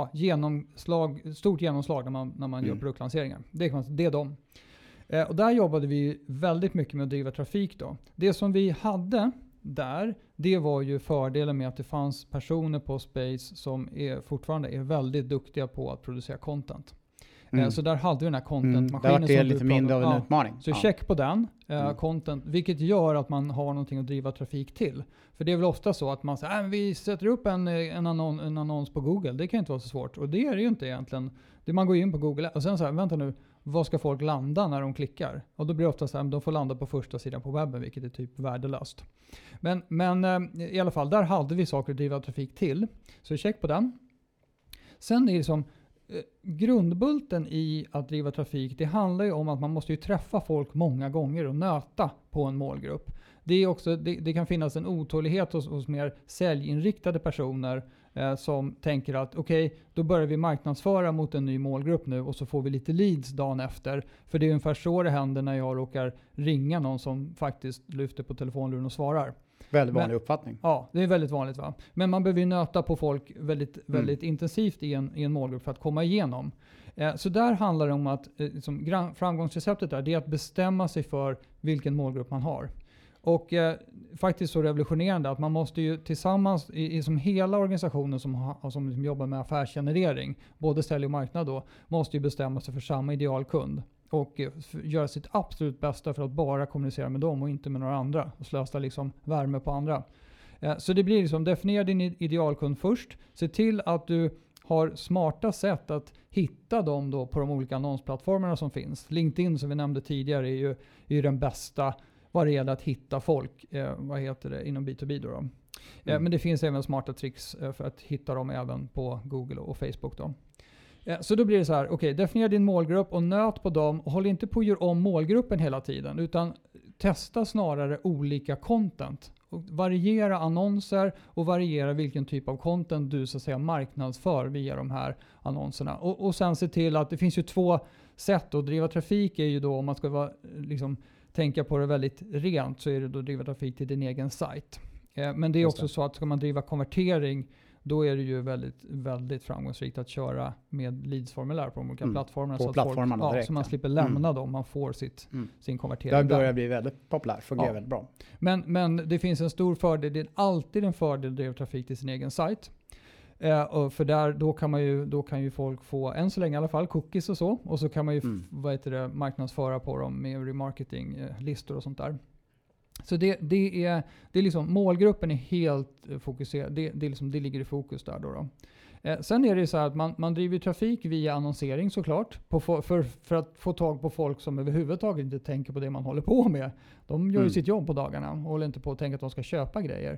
stort genomslag när man gör produktlanseringar. Det är de. Och där jobbade vi väldigt mycket med att driva trafik då. Det som vi hade där, det var ju fördelen med att det fanns personer på Space som fortfarande är väldigt duktiga på att producera content. Så där hade vi den här content-maskinen. Det var lite mindre av en utmaning. Så check på den, content, vilket gör att man har någonting att driva trafik till. För det är väl ofta så att man säger vi sätter upp en annons på Google. Det kan inte vara så svårt. Och det är det ju inte egentligen. Man går in på Google och sen så här, vänta nu, vad ska folk landa när de klickar? Och då blir det ofta så här, de får landa på första sidan på webben, vilket är typ värdelöst. Men i alla fall, där hade vi saker att driva trafik till. Så check på den. Sen är det som grundbulten i att driva trafik, det handlar ju om att man måste ju träffa folk många gånger och nöta på en målgrupp. Det är också, det kan finnas en otålighet hos mer säljinriktade personer som tänker att okej, då börjar vi marknadsföra mot en ny målgrupp nu och så får vi lite leads dagen efter. För det är ungefär så det händer när jag råkar ringa någon som faktiskt lyfter på telefonluren och svarar. Väldigt vanlig uppfattning. Ja, det är väldigt vanligt va. Men man behöver ju nöta på folk väldigt intensivt i en målgrupp för att komma igenom. Så där handlar det om att framgångsreceptet där, det är att bestämma sig för vilken målgrupp man har. Och faktiskt så revolutionerande att man måste ju tillsammans som hela organisationen som jobbar med affärsgenerering, både sälj och marknad då, måste ju bestämma sig för samma idealkund. Och göra sitt absolut bästa för att bara kommunicera med dem och inte med några andra. Och slösa liksom värme på andra. Så det blir liksom, definiera din idealkund först. Se till att du har smarta sätt att hitta dem då på de olika annonsplattformarna som finns. LinkedIn som vi nämnde tidigare är ju den bästa vad det gäller att hitta folk inom B2B då. Men det finns även smarta tricks för att hitta dem även på Google och Facebook då. Så då blir det så här, okej, definiera din målgrupp och nöt på dem och håll inte på att göra om målgruppen hela tiden, utan testa snarare olika content. Och variera annonser och variera vilken typ av content du så att säga marknadsför via de här annonserna. Och sen se till att det finns ju 2 sätt att driva trafik är ju då, om man ska tänka på det väldigt rent, så är det då att driva trafik till din egen sajt. Men det är också så att ska man driva konvertering, då är det ju väldigt, väldigt framgångsrikt att köra med leadsformulär på de olika plattformarna. På plattformarna direkt. Så man slipper lämna dem, man får sin konvertering. Det börjar bli väldigt populärt, fungerar väldigt bra. Men det finns en stor fördel, det är alltid en fördel att driva trafik till sin egen sajt. För då kan ju folk få, än så länge i alla fall, cookies och så. Och så kan man ju marknadsföra på dem med remarketing-listor och sånt där. Så det är liksom, målgruppen är helt fokuserad. Det ligger i fokus där då. Sen är det så här att man driver trafik via annonsering såklart. För att få tag på folk som överhuvudtaget inte tänker på det man håller på med. De gör ju sitt jobb på dagarna och håller inte på att tänka att de ska köpa grejer.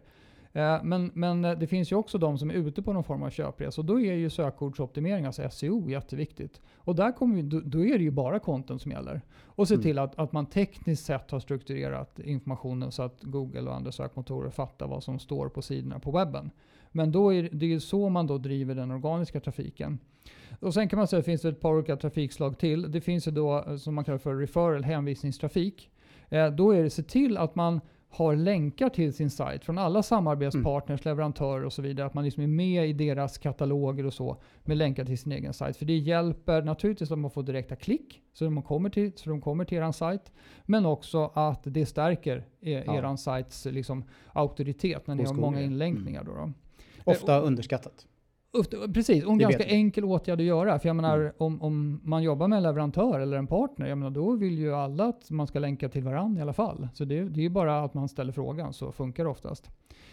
Men det finns ju också de som är ute på någon form av köpresa. Och då är ju sökordsoptimering, alltså SEO, jätteviktigt. Och där då är det ju bara content som gäller. Och se till att man tekniskt sett har strukturerat informationen så att Google och andra sökmotorer fattar vad som står på sidorna på webben. Men då är det ju så man då driver den organiska trafiken. Och sen kan man säga att det finns ett par olika trafikslag till. Det finns ju då som man kallar för referral, hänvisningstrafik. Då är det se till att man har länkar till sin sajt från alla samarbetspartners, leverantörer och så vidare. Att man liksom är med i deras kataloger och så med länkar till sin egen sajt. För det hjälper naturligtvis att man får direkta klick så de kommer till er sajt. Men också att det stärker er sajts liksom auktoritet när ni har många inlänkningar. Då. Ofta underskattat. Precis, och en ganska enkel åtgärd att göra. För jag menar, om man jobbar med en leverantör eller en partner, jag menar, då vill ju alla att man ska länka till varandra i alla fall. Så det är ju bara att man ställer frågan, så funkar det oftast.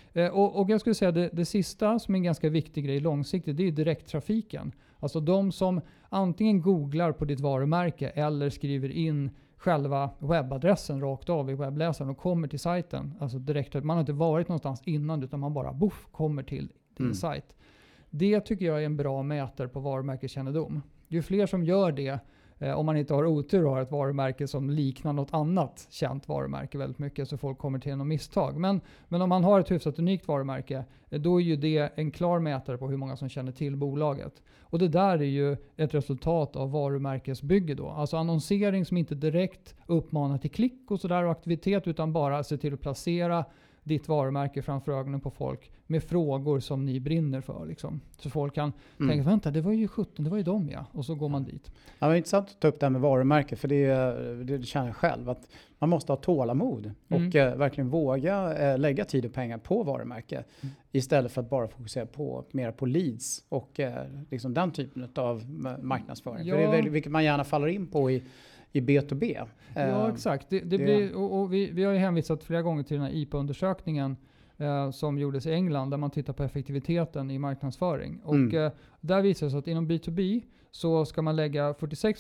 Och jag skulle säga det sista som är en ganska viktig grej långsiktigt, det är direkttrafiken. Alltså de som antingen googlar på ditt varumärke eller skriver in själva webbadressen rakt av i webbläsaren och kommer till sajten. Alltså direkt, man har inte varit någonstans innan utan man bara kommer till din sajt. Det tycker jag är en bra mätare på varumärkeskännedom. Ju fler som gör det, om man inte har otur och har ett varumärke som liknar något annat känt varumärke väldigt mycket så folk kommer till något misstag. Men om man har ett hyfsat unikt varumärke, då är ju det en klar mätare på hur många som känner till bolaget. Och det där är ju ett resultat av varumärkesbygge då. Alltså annonsering som inte direkt uppmanar till klick och sådär och aktivitet utan bara ser till att placera ditt varumärke framför ögonen på folk med frågor som ni brinner för. Liksom. Så folk kan tänka, vänta, det var ju 17, det var ju dem ja. Och så går man dit. Ja, det är intressant att ta upp det här med varumärke, för det känner jag själv att man måste ha tålamod och verkligen våga lägga tid och pengar på varumärke istället för att bara fokusera mer på leads och liksom den typen av marknadsföring. Ja. För det är vilket man gärna faller in på i B2B. Ja, exakt. Det blir, och vi har ju hänvisat flera gånger till den här IPA-undersökningen som gjordes i England där man tittar på effektiviteten i marknadsföring. Och där visar det sig att inom B2B så ska man lägga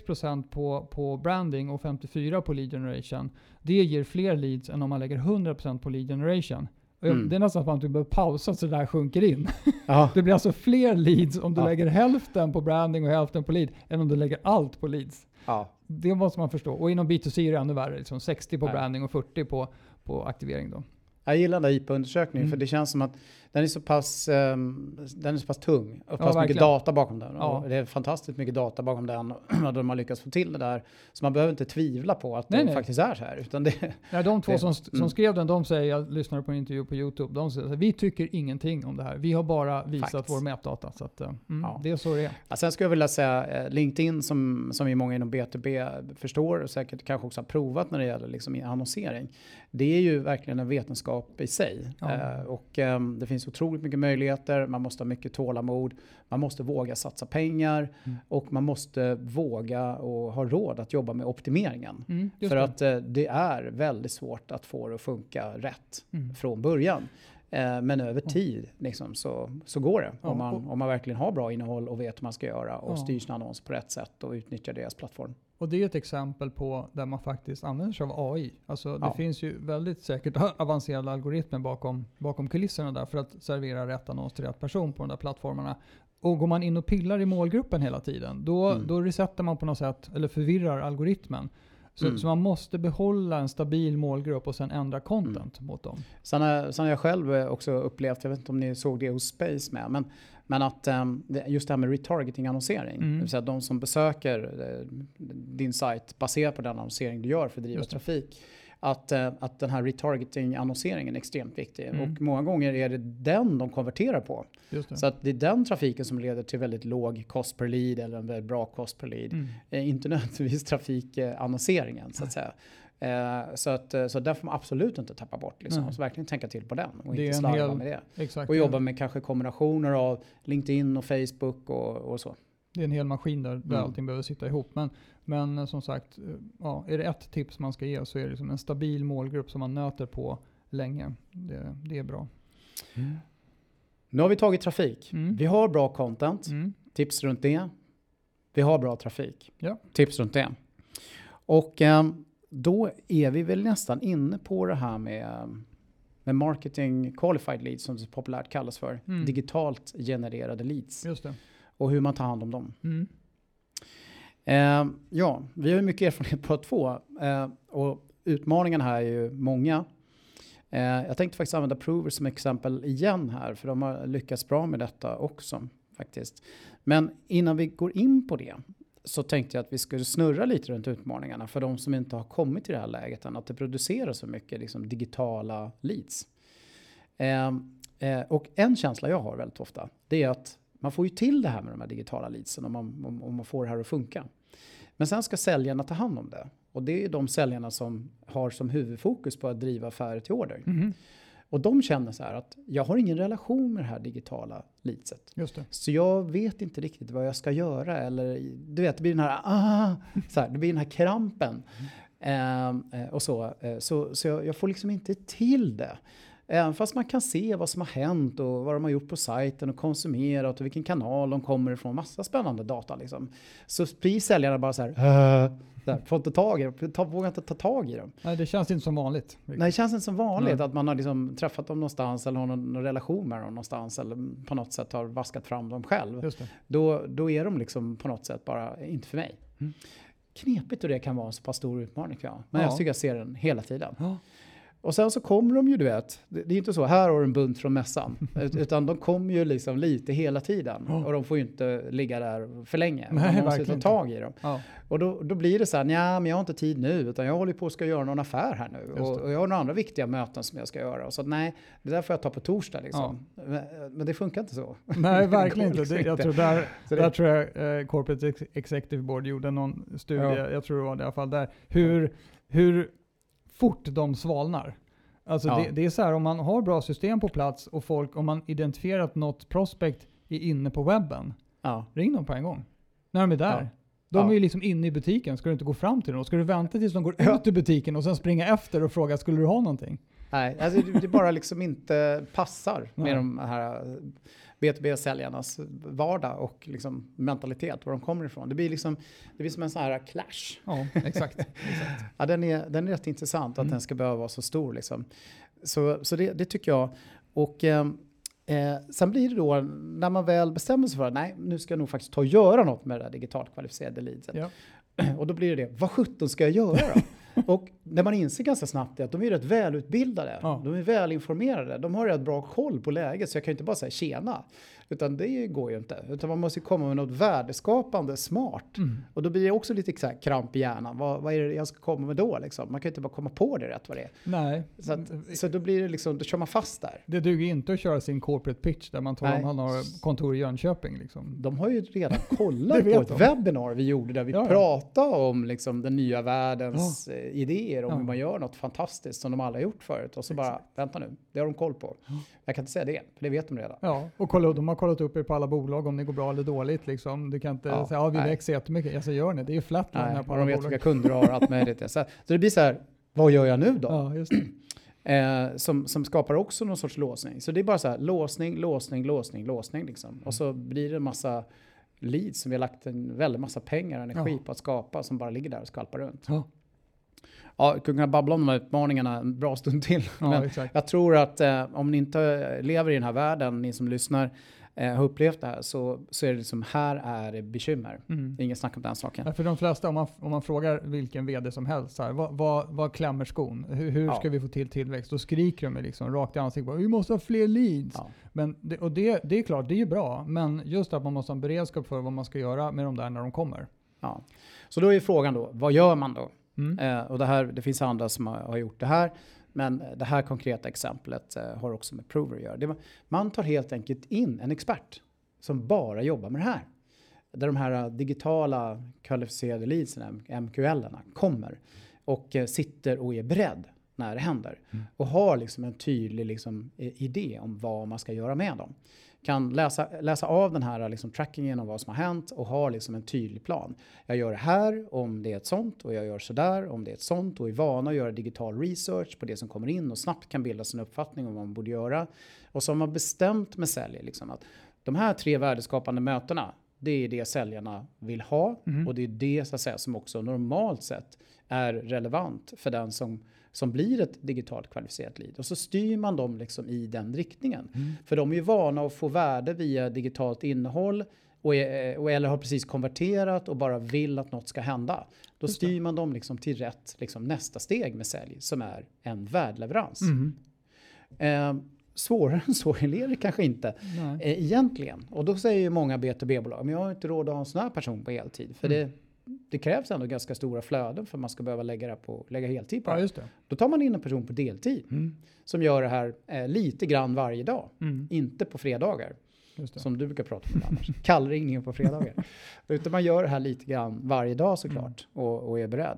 46% på branding och 54% på lead generation. Det ger fler leads än om man lägger 100% på lead generation. Det är nästan som att du behöver pausa så det där sjunker in. Det blir alltså fler leads om du lägger hälften på branding och hälften på lead än om du lägger allt på leads. Det måste man förstå. Och inom B2C är det ännu värre. Liksom 60 på branding och 40 på aktivering då. Jag gillar den där IP-undersökningen för det känns som att den är så pass tung och pass mycket data bakom den. Och det är fantastiskt mycket data bakom den och de har lyckats få till det där. Så man behöver inte tvivla på att det faktiskt är så här. Utan de två som skrev den, de säger, jag lyssnade på en intervju på YouTube, de säger vi tycker ingenting om det här. Vi har bara visat vår mätdata. Så att, det är så det är. Ja, sen skulle jag vilja säga LinkedIn som är många inom B2B förstår och säkert kanske också har provat när det gäller liksom annonsering. Det är ju verkligen en vetenskap i sig. Och det finns otroligt mycket möjligheter. Man måste ha mycket tålamod. Man måste våga satsa pengar. Och man måste våga och ha råd att jobba med optimeringen. För att det är väldigt svårt att få det att funka rätt från början. Men över tid liksom, så går det. Om man verkligen har bra innehåll och vet hur man ska göra och styr sina annonser på rätt sätt och utnyttjar deras plattform. Och det är ett exempel på där man faktiskt använder sig av AI. Alltså det finns ju väldigt säkert avancerade algoritmer bakom kulisserna där för att servera rätt annons till rätt person på de där plattformarna. Och går man in och pillar i målgruppen hela tiden, då resetar man på något sätt, eller förvirrar algoritmen. Så man måste behålla en stabil målgrupp och sen ändra content mot dem. Sen har jag själv också upplevt, jag vet inte om ni såg det hos Space med, men att just det här med retargeting-annonsering, det vill säga de som besöker din sajt baserat på den annonsering du gör för att driva trafik, att den här retargeting-annonseringen är extremt viktig. Och många gånger är det den de konverterar på. Just det. Så att det är den trafiken som leder till väldigt låg kost per lead eller en väldigt bra kost per lead. Inte nödvändigtvis trafikannonseringen så att säga. Så där får man absolut inte tappa bort. Liksom. Så verkligen tänka till på den och inte slarva med det. Exakt, och jobba med kanske kombinationer av LinkedIn och Facebook och så. Det är en hel maskin där allting behöver sitta ihop. Men som sagt, är det ett tips man ska ge så är det liksom en stabil målgrupp som man nöter på länge. Det är bra. Nu har vi tagit trafik. Vi har bra content. Tips runt det. Vi har bra trafik. Ja. Tips runt det. Och då är vi väl nästan inne på det här med marketing qualified leads som det populärt kallas för. Digitalt genererade leads. Just det. Och hur man tar hand om dem. Vi har ju mycket erfarenhet på två. Och utmaningarna här är ju många. Jag tänkte faktiskt använda Prover som exempel igen här. För de har lyckats bra med detta också faktiskt. Men innan vi går in på det så tänkte jag att vi skulle snurra lite runt utmaningarna. För de som inte har kommit till det här läget än. Att det produceras så mycket liksom, digitala leads. Och en känsla jag har väldigt ofta. Det är att man får ju till det här med de här digitala leadsen om man får det här att funka. Men sen ska säljarna ta hand om det. Och det är de säljarna som har som huvudfokus på att driva affärer till order. Och de känner så här att jag har ingen relation med det här digitala leadset. Just det. Så jag vet inte riktigt vad jag ska göra. Eller du vet, det blir den här, det blir den här krampen. Och så jag får liksom inte till det. Även fast man kan se vad som har hänt och vad de har gjort på sajten och konsumerat och vilken kanal de kommer ifrån. Massa spännande data liksom. Så blir säljarna bara så här, får inte tag i dem, vågar inte ta tag i dem. Nej, det känns inte som vanligt. Nej, det känns inte som vanligt att man har liksom träffat dem någonstans eller har någon relation med dem någonstans eller på något sätt har vaskat fram dem själv. Just det. Då är de liksom på något sätt bara inte för mig. Knepigt och det kan vara en så pass stor utmaning för jag. Men jag tycker jag ser den hela tiden. Ja. Och sen så kommer de ju, du vet, det är inte så, här har du en bunt från mässan. Utan de kommer ju liksom lite hela tiden. Och de får ju inte ligga där för länge. Nej, man måste ta tag i dem. Ja. Och då blir det så här, men jag har inte tid nu. Utan jag håller på att ska göra någon affär här nu. Och jag har några andra viktiga möten som jag ska göra. Och så nej, det där får jag ta på torsdag liksom. Ja. Men det funkar inte så. Nej, verkligen inte. Jag tror där tror jag Corporate Executive Board gjorde någon studie. Ja. Jag tror det var det i alla fall där. Hur fort de svalnar. Alltså det är så här, om man har bra system på plats och om man identifierar att något prospect är inne på webben, ring dem på en gång. När de är där. De är ju liksom inne i butiken. Ska du inte gå fram till dem? Ska du vänta tills de går ut ur butiken och sen springa efter och fråga, skulle du ha någonting? Nej, alltså det bara liksom inte passar med de här B2B-säljarnas vardag och liksom mentalitet, var de kommer ifrån. Det blir som en sån här clash. Ja, exakt. Ja, den är rätt intressant att den ska behöva vara så stor. Liksom. Så det tycker jag. Och sen blir det då, när man väl bestämmer sig för att nej, nu ska jag nog faktiskt ta och göra något med det där digitalt kvalificerade leadset. Ja. Och då blir det, vad 17 ska jag göra då? Och när man inser ganska snabbt att de är rätt välutbildade, de är välinformerade, de har rätt bra koll på läget, så jag kan inte bara säga tjena, utan det går ju inte, utan man måste komma med något värdeskapande smart. Och då blir det också lite så här kramp i hjärnan, vad är det jag ska komma med då liksom? Man kan inte bara komma på det rätt vad det är. Nej. Så då blir det liksom, då kör man fast där. Det duger inte att köra sin corporate pitch där man talar om att han har kontor i Jönköping liksom. De har ju redan kollat på ett webbinar vi gjorde där vi pratade om liksom den nya världens idéer om hur man gör något fantastiskt som de alla har gjort förut. Och så bara, vänta nu, det har de koll på. Jag kan inte säga det, för det vet de redan. Ja, och de har kollat upp er på alla bolag om det går bra eller dåligt. Liksom. Du kan inte säga, vi växer jättemycket. Jag säger, gör ni, det är ju flatline här på alla de vet bolag. Vilka kunder har allt möjligt. Så det blir så här, vad gör jag nu då? Ja, just det. Som skapar också någon sorts låsning. Så det är bara så här, låsning liksom. Och så blir det en massa leads som vi har lagt en väldigt massa pengar och energi på att skapa, som bara ligger där och skvalpar runt. Ja, jag kunde babbla om de här utmaningarna en bra stund till. Men jag tror att om ni inte lever i den här världen, ni som lyssnar, har upplevt det här, så är det liksom, här är det bekymmer. Det är ingen snack om den saken. Ja, för de flesta, om man frågar vilken vd som helst, så här, vad klämmer skon? Hur ska vi få till tillväxt? Då skriker de liksom rakt i ansiktet, vi måste ha fler leads. Ja. Men det är klart, det är ju bra. Men just att man måste ha en beredskap för vad man ska göra med de där när de kommer. Ja. Så då är frågan då, vad gör man då? Och det finns andra som har gjort det här. Men det här konkreta exemplet har också med Prover att göra. Man tar helt enkelt in en expert som bara jobbar med det här. Där de här digitala kvalificerade leadsen, MQL-erna, kommer och sitter och är beredd när det händer. Och har liksom en tydlig liksom idé om vad man ska göra med dem. Kan läsa av den här liksom trackingen om vad som har hänt och har liksom en tydlig plan. Jag gör det här om det är ett sånt och jag gör så där om det är ett sånt och är vana att göra digital research på det som kommer in och snabbt kan bilda sin uppfattning om vad man borde göra. Och så har man bestämt med säljer liksom att de här 3 värdeskapande mötena, det är det säljarna vill ha och det är det så att säga, som också normalt sett är relevant för den som blir ett digitalt kvalificerat lead. Och så styr man dem liksom i den riktningen. För de är ju vana att få värde via digitalt innehåll eller har precis konverterat och bara vill att något ska hända. Då styr man dem liksom till rätt liksom nästa steg med sälj som är en värdleverans. Svårare än så är det kanske inte egentligen. Och då säger ju många B2B-bolag, men jag har inte råd att ha en sån här person på heltid. För det krävs ändå ganska stora flöden för man ska behöva lägga heltid på det. Just det. Då tar man in en person på deltid som gör det här lite grann varje dag. Inte på fredagar. Som du brukar prata om annars. Kallringningen på fredagar. Utan man gör det här lite grann varje dag såklart och är beredd.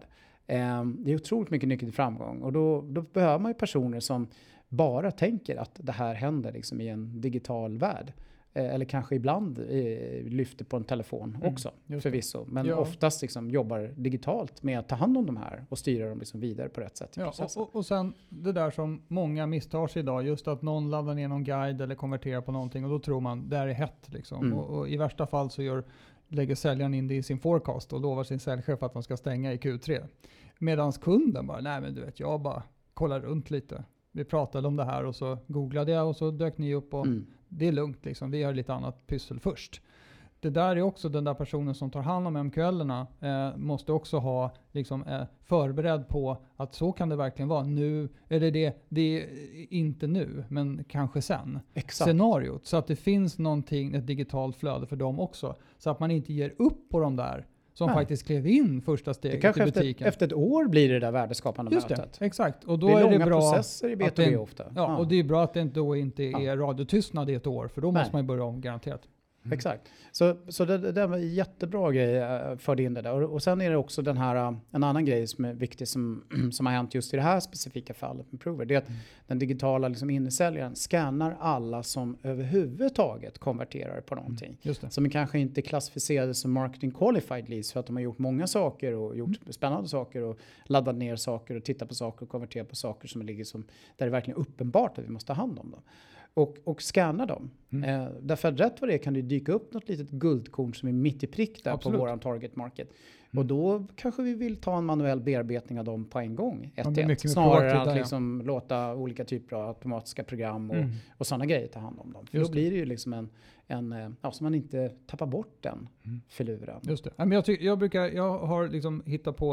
Det är otroligt mycket nyckel till framgång. Och då behöver man ju personer som bara tänker att det här händer liksom i en digital värld. Eller kanske ibland lyfter på en telefon också, förvisso. Men oftast liksom jobbar digitalt med att ta hand om de här och styra dem liksom vidare på rätt sätt i processen. Och sen det där som många misstar sig idag, just att någon laddar ner någon guide eller konverterar på någonting och då tror man det här är hett. Liksom. Och i värsta fall så lägger säljaren in det i sin forecast och lovar sin säljchef att man ska stänga i Q3. Medans kunden bara, nej men du vet, jag bara kollar runt lite. Vi pratade om det här och så googlade jag och så dök ni upp och det är lugnt liksom. Vi har lite annat pyssel först. Det där är också den där personen som tar hand om MQL-erna måste också ha liksom, förberedd på att så kan det verkligen vara nu. Eller det är inte nu, men kanske sen. Exakt. Scenariot. Så att det finns ett digitalt flöde för dem också. Så att man inte ger upp på de där som faktiskt klev in första steget i butiken. Efter ett år blir det där värdeskapande mötet. Just det, exakt. Och då det är långa det bra processer i B2B ofta. Ja, och det är bra att det då inte är radiotystnad i ett år. För då måste man ju börja om garanterat. Exakt. Så det var en jättebra grej för in det där. Och sen är det också en annan grej som är viktig som har hänt just i det här specifika fallet med Prover. Det är att den digitala liksom insäljaren scannar alla som överhuvudtaget konverterar på någonting. Som kanske inte är klassificerade som marketing qualified leads för att de har gjort många saker och gjort spännande saker och laddat ner saker och tittat på saker och konverterat på saker som ligger där det är verkligen uppenbart att vi måste ta hand om dem. Och scanna dem. Därför att rätt vad det kan det dyka upp något litet guldkorn som är mitt i prick där på våran target market. Och då kanske vi vill ta en manuell bearbetning av dem på en gång. Snarare än att liksom låta olika typer av automatiska program och sådana grejer ta hand om dem. För då blir det ju liksom så man inte tappar bort den filuren. Just det. Men jag har liksom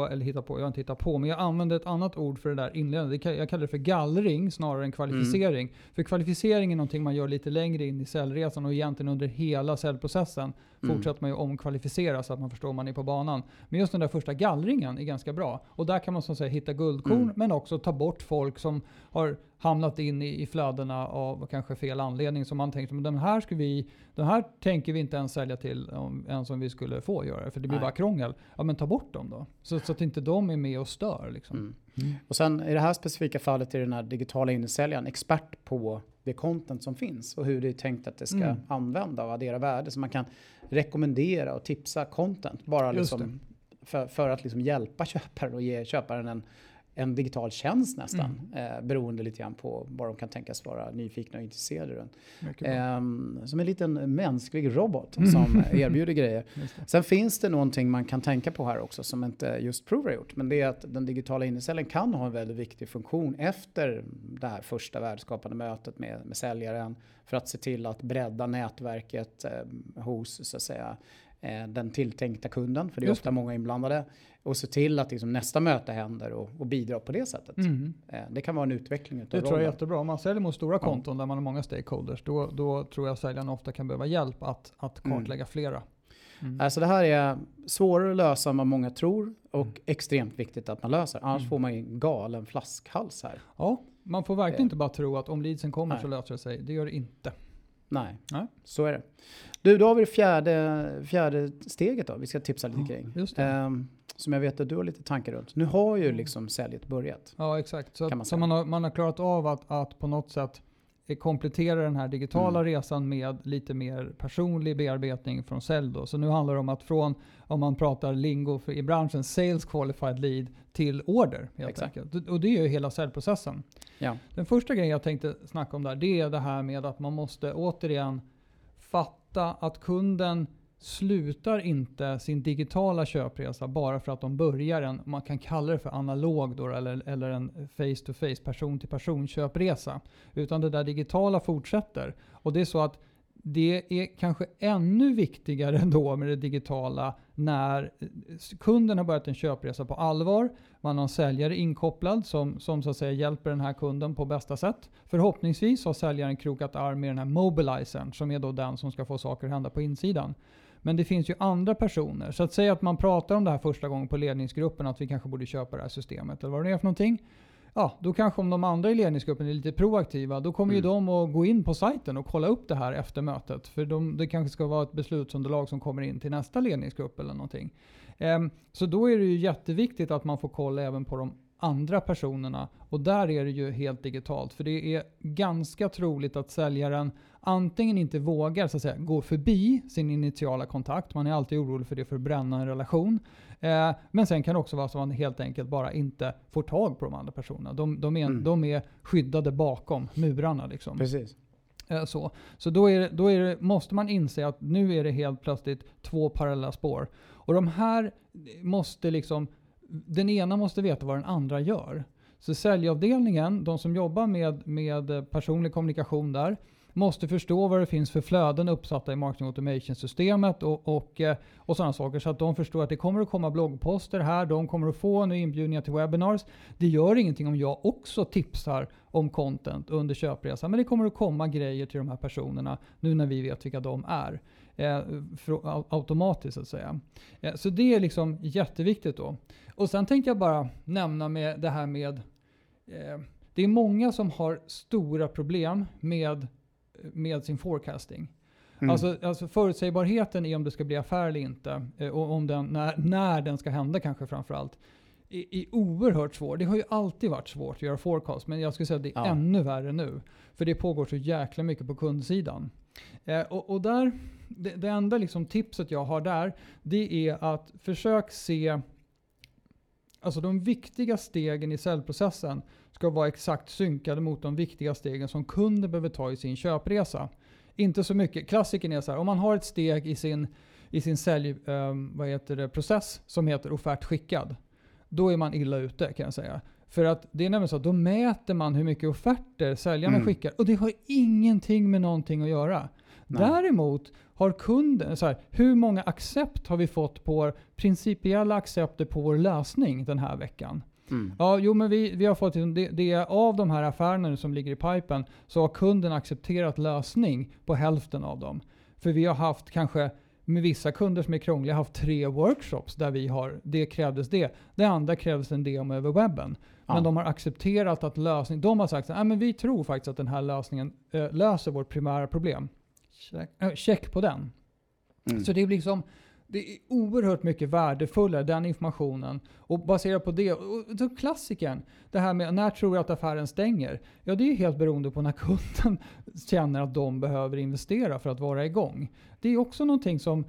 men jag använder ett annat ord för det där inledande. Jag kallar det för gallring snarare än kvalificering. För kvalificering är någonting man gör lite längre in i säljresan och egentligen under hela säljprocessen fortsätter man ju omkvalificera så att man förstår om man är på banan. Men just den där första gallringen är ganska bra. Och där kan man så att säga hitta guldkorn men också ta bort folk som har hamnat in i flödena av kanske fel anledning som man tänker, men den här tänker vi inte ens sälja till ens om vi skulle få göra för det blir bara krångel. Ja men ta bort dem då. Så att inte de är med och stör liksom. Och sen i det här specifika fallet är den här digitala insäljaren expert på det content som finns och hur det är tänkt att det ska använda och addera värde så man kan rekommendera och tipsa content bara liksom för att liksom hjälpa köparen och ge köparen en digital tjänst nästan. Beroende lite grann på vad de kan tänkas vara nyfikna och intresserade runt. Som en liten mänsklig robot som erbjuder grejer. Sen finns det någonting man kan tänka på här också som inte just Prover har gjort. Men det är att den digitala insäljaren kan ha en väldigt viktig funktion efter det här första värdeskapande mötet med säljaren. För att se till att bredda nätverket hos så att säga den tilltänkta kunden. För det är ofta många inblandade. Och se till att liksom nästa möte händer och bidra på det sättet. Det kan vara en utveckling utav det tror jag är jättebra. Om man säljer mot stora konton där man har många stakeholders, då tror jag säljarna ofta kan behöva hjälp att kartlägga flera. Alltså det här är svårare att lösa än vad många tror och extremt viktigt att man löser. Annars får man ju en galen flaskhals här. Ja, man får verkligen inte bara tro att om leadsen kommer så löser det sig. Det gör det inte. Nej, så är det. Du, då har vi det fjärde steget då. Vi ska tipsa lite kring. Just det. Som jag vet att du har lite tankar runt. Nu har ju liksom säljet börjat. Ja, exakt. Så man har klarat av att på något sätt komplettera den här digitala resan med lite mer personlig bearbetning från sälj då. Så nu handlar det om att om man pratar lingo i branschen, sales qualified lead till order helt enkelt. Och det är ju hela säljprocessen. Ja. Den första grejen jag tänkte snacka om där, det är det här med att man måste återigen fatta att kunden slutar inte sin digitala köpresa bara för att de börjar man kan kalla det för analog då, eller en face-to-face, person-till-person köpresa. Utan det där digitala fortsätter. Och det är så att det är kanske ännu viktigare då med det digitala när kunden har börjat en köpresa på allvar. Man har en säljare inkopplad som så att säga hjälper den här kunden på bästa sätt. Förhoppningsvis har säljaren krokat arm med den här mobilizern som är då den som ska få saker att hända på insidan. Men det finns ju andra personer. Så att säga att man pratar om det här första gången på ledningsgruppen att vi kanske borde köpa det här systemet eller vad det är för någonting. Ja, då kanske om de andra i ledningsgruppen är lite proaktiva, då kommer ju de att gå in på sajten och kolla upp det här efter mötet. För det kanske ska vara ett beslutsunderlag som kommer in till nästa ledningsgrupp eller någonting. Så då är det ju jätteviktigt att man får kolla även på de andra personerna. Och där är det ju helt digitalt. För det är ganska troligt att säljaren antingen inte vågar så att säga, gå förbi sin initiala kontakt. Man är alltid orolig för det för att bränna en relation. Men sen kan det också vara så att man helt enkelt bara inte får tag på de andra personerna. De är skyddade bakom murarna. Liksom. Precis. Så då måste man inse att nu är det helt plötsligt 2 parallella spår. Och de här måste liksom, den ena måste veta vad den andra gör. Så säljavdelningen, de som jobbar med personlig kommunikation där, måste förstå vad det finns för flöden uppsatta i marketing automation-systemet och sådana saker. Så att de förstår att det kommer att komma bloggposter här, de kommer att få nu inbjudningar till webinars. Det gör ingenting om jag också tipsar om content under köpresan, men det kommer att komma grejer till de här personerna nu när vi vet vilka de är. Automatiskt så att säga. Så det är liksom jätteviktigt då. Och sen tänkte jag bara nämna med det här med det är många som har stora problem med sin forecasting. Alltså förutsägbarheten i om det ska bli affär eller inte och om när den ska hända kanske framförallt är oerhört svår. Det har ju alltid varit svårt att göra forecast, men jag skulle säga att det är ännu värre nu. För det pågår så jäkla mycket på kundsidan. Och där, det enda liksom tipset jag har där, det är att försök se, alltså de viktiga stegen i säljprocessen ska vara exakt synkade mot de viktiga stegen som kunden behöver ta i sin köpresa. Inte så mycket. Klassiken är så här, om man har ett steg i sin säljprocess som heter offert skickad, då är man illa ute kan jag säga. För att det är nämligen så att då mäter man hur mycket offerter säljarna skickar och det har ingenting med någonting att göra. Nej. Däremot har kunden, så här, hur många accept har vi fått på principiella accepter på vår lösning den här veckan? Ja, jo men vi har fått det av de här affärerna som ligger i pipen så har kunden accepterat lösning på hälften av dem. För vi har haft kanske med vissa kunder som är krångliga haft 3 workshops där det krävdes det. Det andra krävdes en demo över webben. Men de har accepterat att lösning, de har sagt att men vi tror faktiskt att den här lösningen löser vårt primära problem. Check på den. Så det är liksom det är oerhört mycket värdefullare, den informationen. Och baserat på det, och så klassikern, det här med när tror jag att affären stänger? Ja, det är helt beroende på när kunden känner att de behöver investera för att vara igång. Det är också någonting som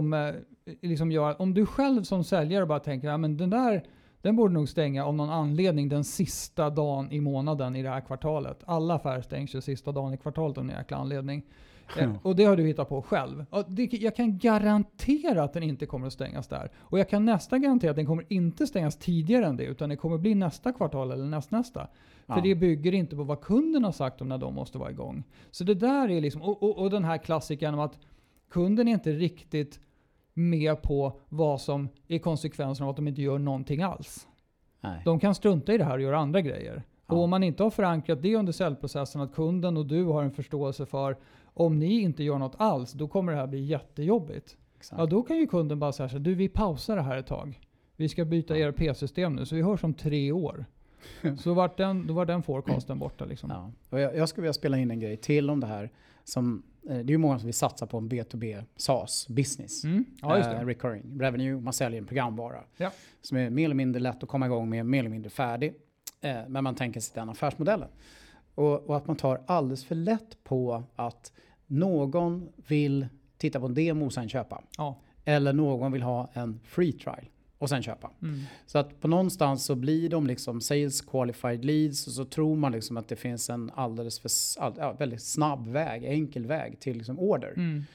liksom gör att om du själv som säljare bara tänker men den borde nog stänga av någon anledning den sista dagen i månaden i det här kvartalet. Alla affärer stängs ju sista dagen i kvartalet av en jäkla anledning. Och det har du hittat på själv. Jag kan garantera att den inte kommer att stängas där. Och jag kan nästan garantera att den kommer inte stängas tidigare än det. Utan det kommer bli nästa kvartal eller nästa. För det bygger inte på vad kunden har sagt om när de måste vara igång. Så det där är liksom, och den här klassiken om att kunden är inte riktigt med på vad som är konsekvensen av att de inte gör någonting alls. Nej. De kan strunta i det här och göra andra grejer. Och om man inte har förankrat det under säljprocessen att kunden och du har en förståelse för om ni inte gör något alls, då kommer det här bli jättejobbigt. Ja, då kan ju kunden bara säga så här, du, vi pausar det här ett tag. Vi ska byta ERP-system nu, så vi hörs om 3 år. Så då var den forecasten borta liksom. Ja. Och jag skulle vilja spela in en grej till om det här. Det är ju många som vill satsa på en B2B SaaS business. Ja, just det. Recurring revenue, man säljer en programvara. Ja. Som är mer eller mindre lätt att komma igång med, mer eller mindre färdig. Men man tänker sig den affärsmodellen. Och att man tar alldeles för lätt på att någon vill titta på en demo och sen köpa. Ja. Eller någon vill ha en free trial och sen köpa. Så att på någonstans så blir de liksom sales qualified leads och så tror man liksom att det finns en alldeles för väldigt snabb väg, enkel väg till liksom order.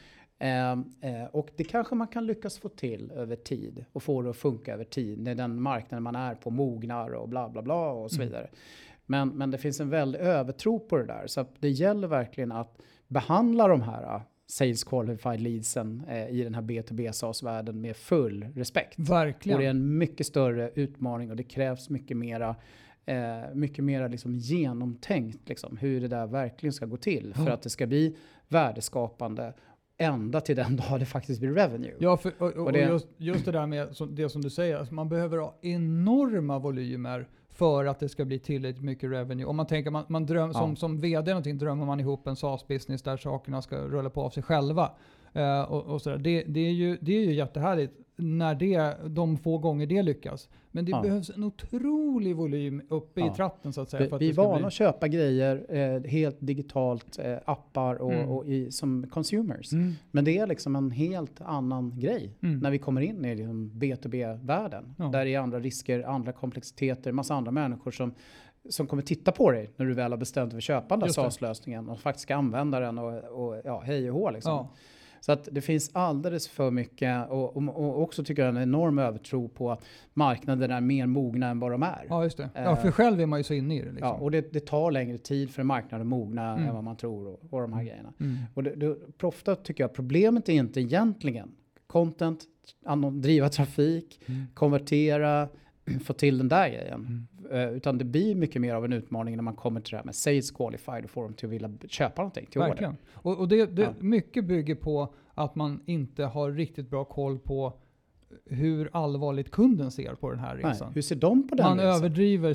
Och det kanske man kan lyckas få till över tid och få det att funka över tid när den marknaden man är på mognar och bla bla bla och så vidare. Men det finns en väldig övertro på det där, så att det gäller verkligen att behandla de här sales qualified leadsen i den här B2B SaaS-världen med full respekt. Verkligen. Och det är en mycket större utmaning och det krävs mycket mera liksom genomtänkt liksom, hur det där verkligen ska gå till för att det ska bli värdeskapande ända till den dag det faktiskt blir revenue. Ja, och just det där med det som du säger, alltså man behöver ha enorma volymer för att det ska bli tillräckligt mycket revenue. Om man tänker, man drömmer, som vd någonting drömmer man ihop en SaaS-business där sakerna ska rulla på av sig själva. Och sådär. Det är ju jättehärligt när de få gånger det lyckas. Men det behövs en otrolig volym uppe i tratten så att säga. För att vi är vana att köpa grejer helt digitalt, appar och som consumers. Men det är liksom en helt annan grej när vi kommer in i liksom B2B-världen. Där är andra risker, andra komplexiteter, massa andra människor som kommer titta på dig när du väl har bestämt dig för att köpa den där SaaS-lösningen och faktiskt ska använda den och hej och hå liksom. Ja. Så att det finns alldeles för mycket och också tycker jag en enorm övertro på att marknaden är mer mogna än vad de är. Ja, just det. Ja, för själv är man ju så inne i det. Liksom. Ja, och det tar längre tid för marknaden att mogna än vad man tror och de här grejerna. Och ofta tycker jag problemet är inte egentligen content, driva trafik, konvertera, få till den där grejen. Utan det blir mycket mer av en utmaning när man kommer till det här med sales qualified och får dem till att vilja köpa någonting till verkligen. Order. Och det mycket bygger på att man inte har riktigt bra koll på hur allvarligt kunden ser på den här resan. Hur ser de på den man resan? Överdriver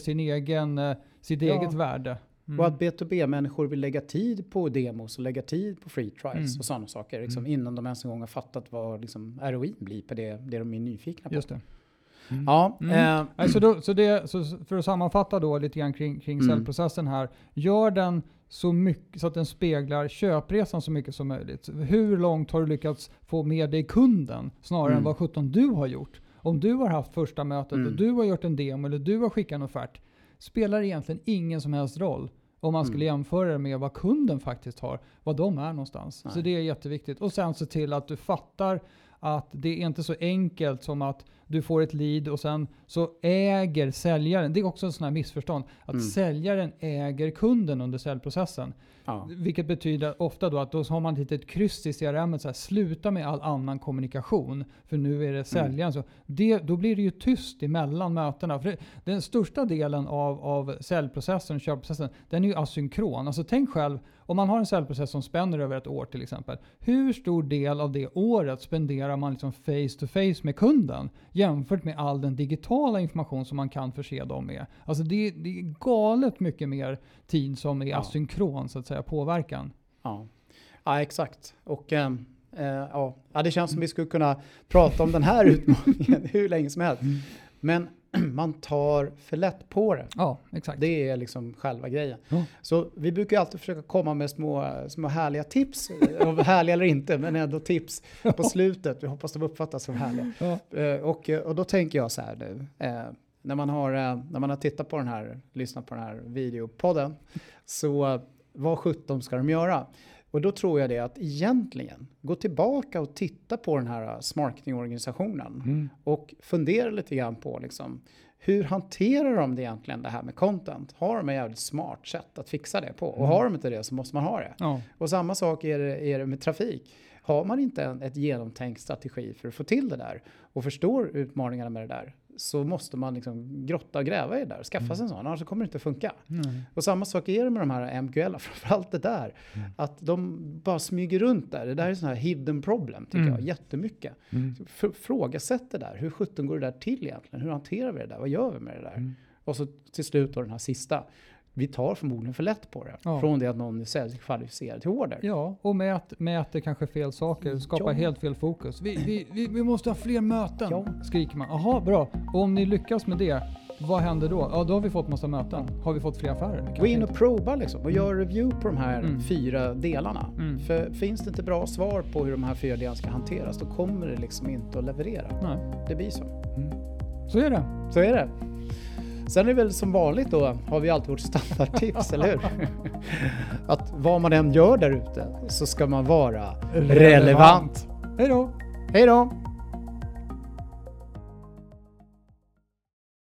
sitt eget värde. Och att B2B-människor vill lägga tid på demos och lägga tid på free trials och sådana saker. Liksom, innan de ens en gång har fattat vad liksom, ROI blir på det de är nyfikna på. Just det. Ja, så för att sammanfatta då lite grann kring säljprocessen här. Gör den så mycket så att den speglar köpresan så mycket som möjligt. Hur långt har du lyckats få med dig kunden snarare än vad 17 du har gjort? Om du har haft första mötet och du har gjort en demo eller du har skickat en offert, spelar egentligen ingen som helst roll om man skulle jämföra det med vad kunden faktiskt har, vad de är någonstans. Nej. Så det är jätteviktigt. Och sen se till att du fattar att det är inte så enkelt som att du får ett lead och sen så äger säljaren. Det är också en sån här missförstånd. Att säljaren äger kunden under säljprocessen. Ja. Vilket betyder ofta då att då har man ett litet kryss i CRM. Så här, sluta med all annan kommunikation. För nu är det säljaren. Så då blir det ju tyst emellan mötena. För den största delen av säljprocessen och köpprocessen, den är ju asynkron. Alltså tänk själv, om man har en säljprocess som spänner över ett år till exempel. Hur stor del av det året spenderar man liksom face to face med kunden jämfört med all den digitala information som man kan förse dem med? Alltså det är galet mycket mer tid som är asynkron så att säga, påverkan. Ja, exakt. Och det känns som vi skulle kunna prata om den här utmaningen hur länge som helst. Men man tar för lätt på det. Ja, exakt. Det är liksom själva grejen. Så vi brukar alltid försöka komma med små härliga tips. Härliga eller inte, men ändå tips på slutet. Vi hoppas de uppfattas som härliga. Och då tänker jag så här nu. När man har tittat på lyssnat på den här videopodden. Så vad 17 ska de göra? Och då tror jag det att egentligen gå tillbaka och titta på den här marketingorganisationen och fundera lite grann på liksom, hur hanterar de det egentligen det här med content? Har de ett jävligt smart sätt att fixa det på? Och har de inte det så måste man ha det. Ja. Och samma sak är det med trafik. Har man inte ett genomtänkt strategi för att få till det där och förstår utmaningarna med det där, så måste man liksom grotta och gräva i det där. Skaffa sig en sån, annars kommer det inte funka. Och samma sak är det med de här MQL, framförallt det där. Att de bara smyger runt där. Det där är sån här hidden problem, tycker jag, jättemycket. Frågasätt det där. Hur 17 går det där till egentligen? Hur hanterar vi det där? Vad gör vi med det där? Och så till slut då den här sista. Vi tar förmodligen för lätt på det. Ja. Från det att någon är kvalificerad till order. Ja, och mäter kanske fel saker. Skapar helt fel fokus. Vi måste ha fler möten, skriker man. Jaha, bra. Och om ni lyckas med det, vad händer då? Ja, då har vi fått massa möten. Har vi fått fler affärer? Gå in och proba liksom. Och gör review på de här 4 delarna. För finns det inte bra svar på hur de här 4 delarna ska hanteras, då kommer det liksom inte att leverera. Nej. Det blir så. Så är det. Så är det. Sen är det väl som vanligt då, har vi alltid vårt standardtips, eller hur? Att vad man än gör där ute så ska man vara relevant. Hej då! Hej då!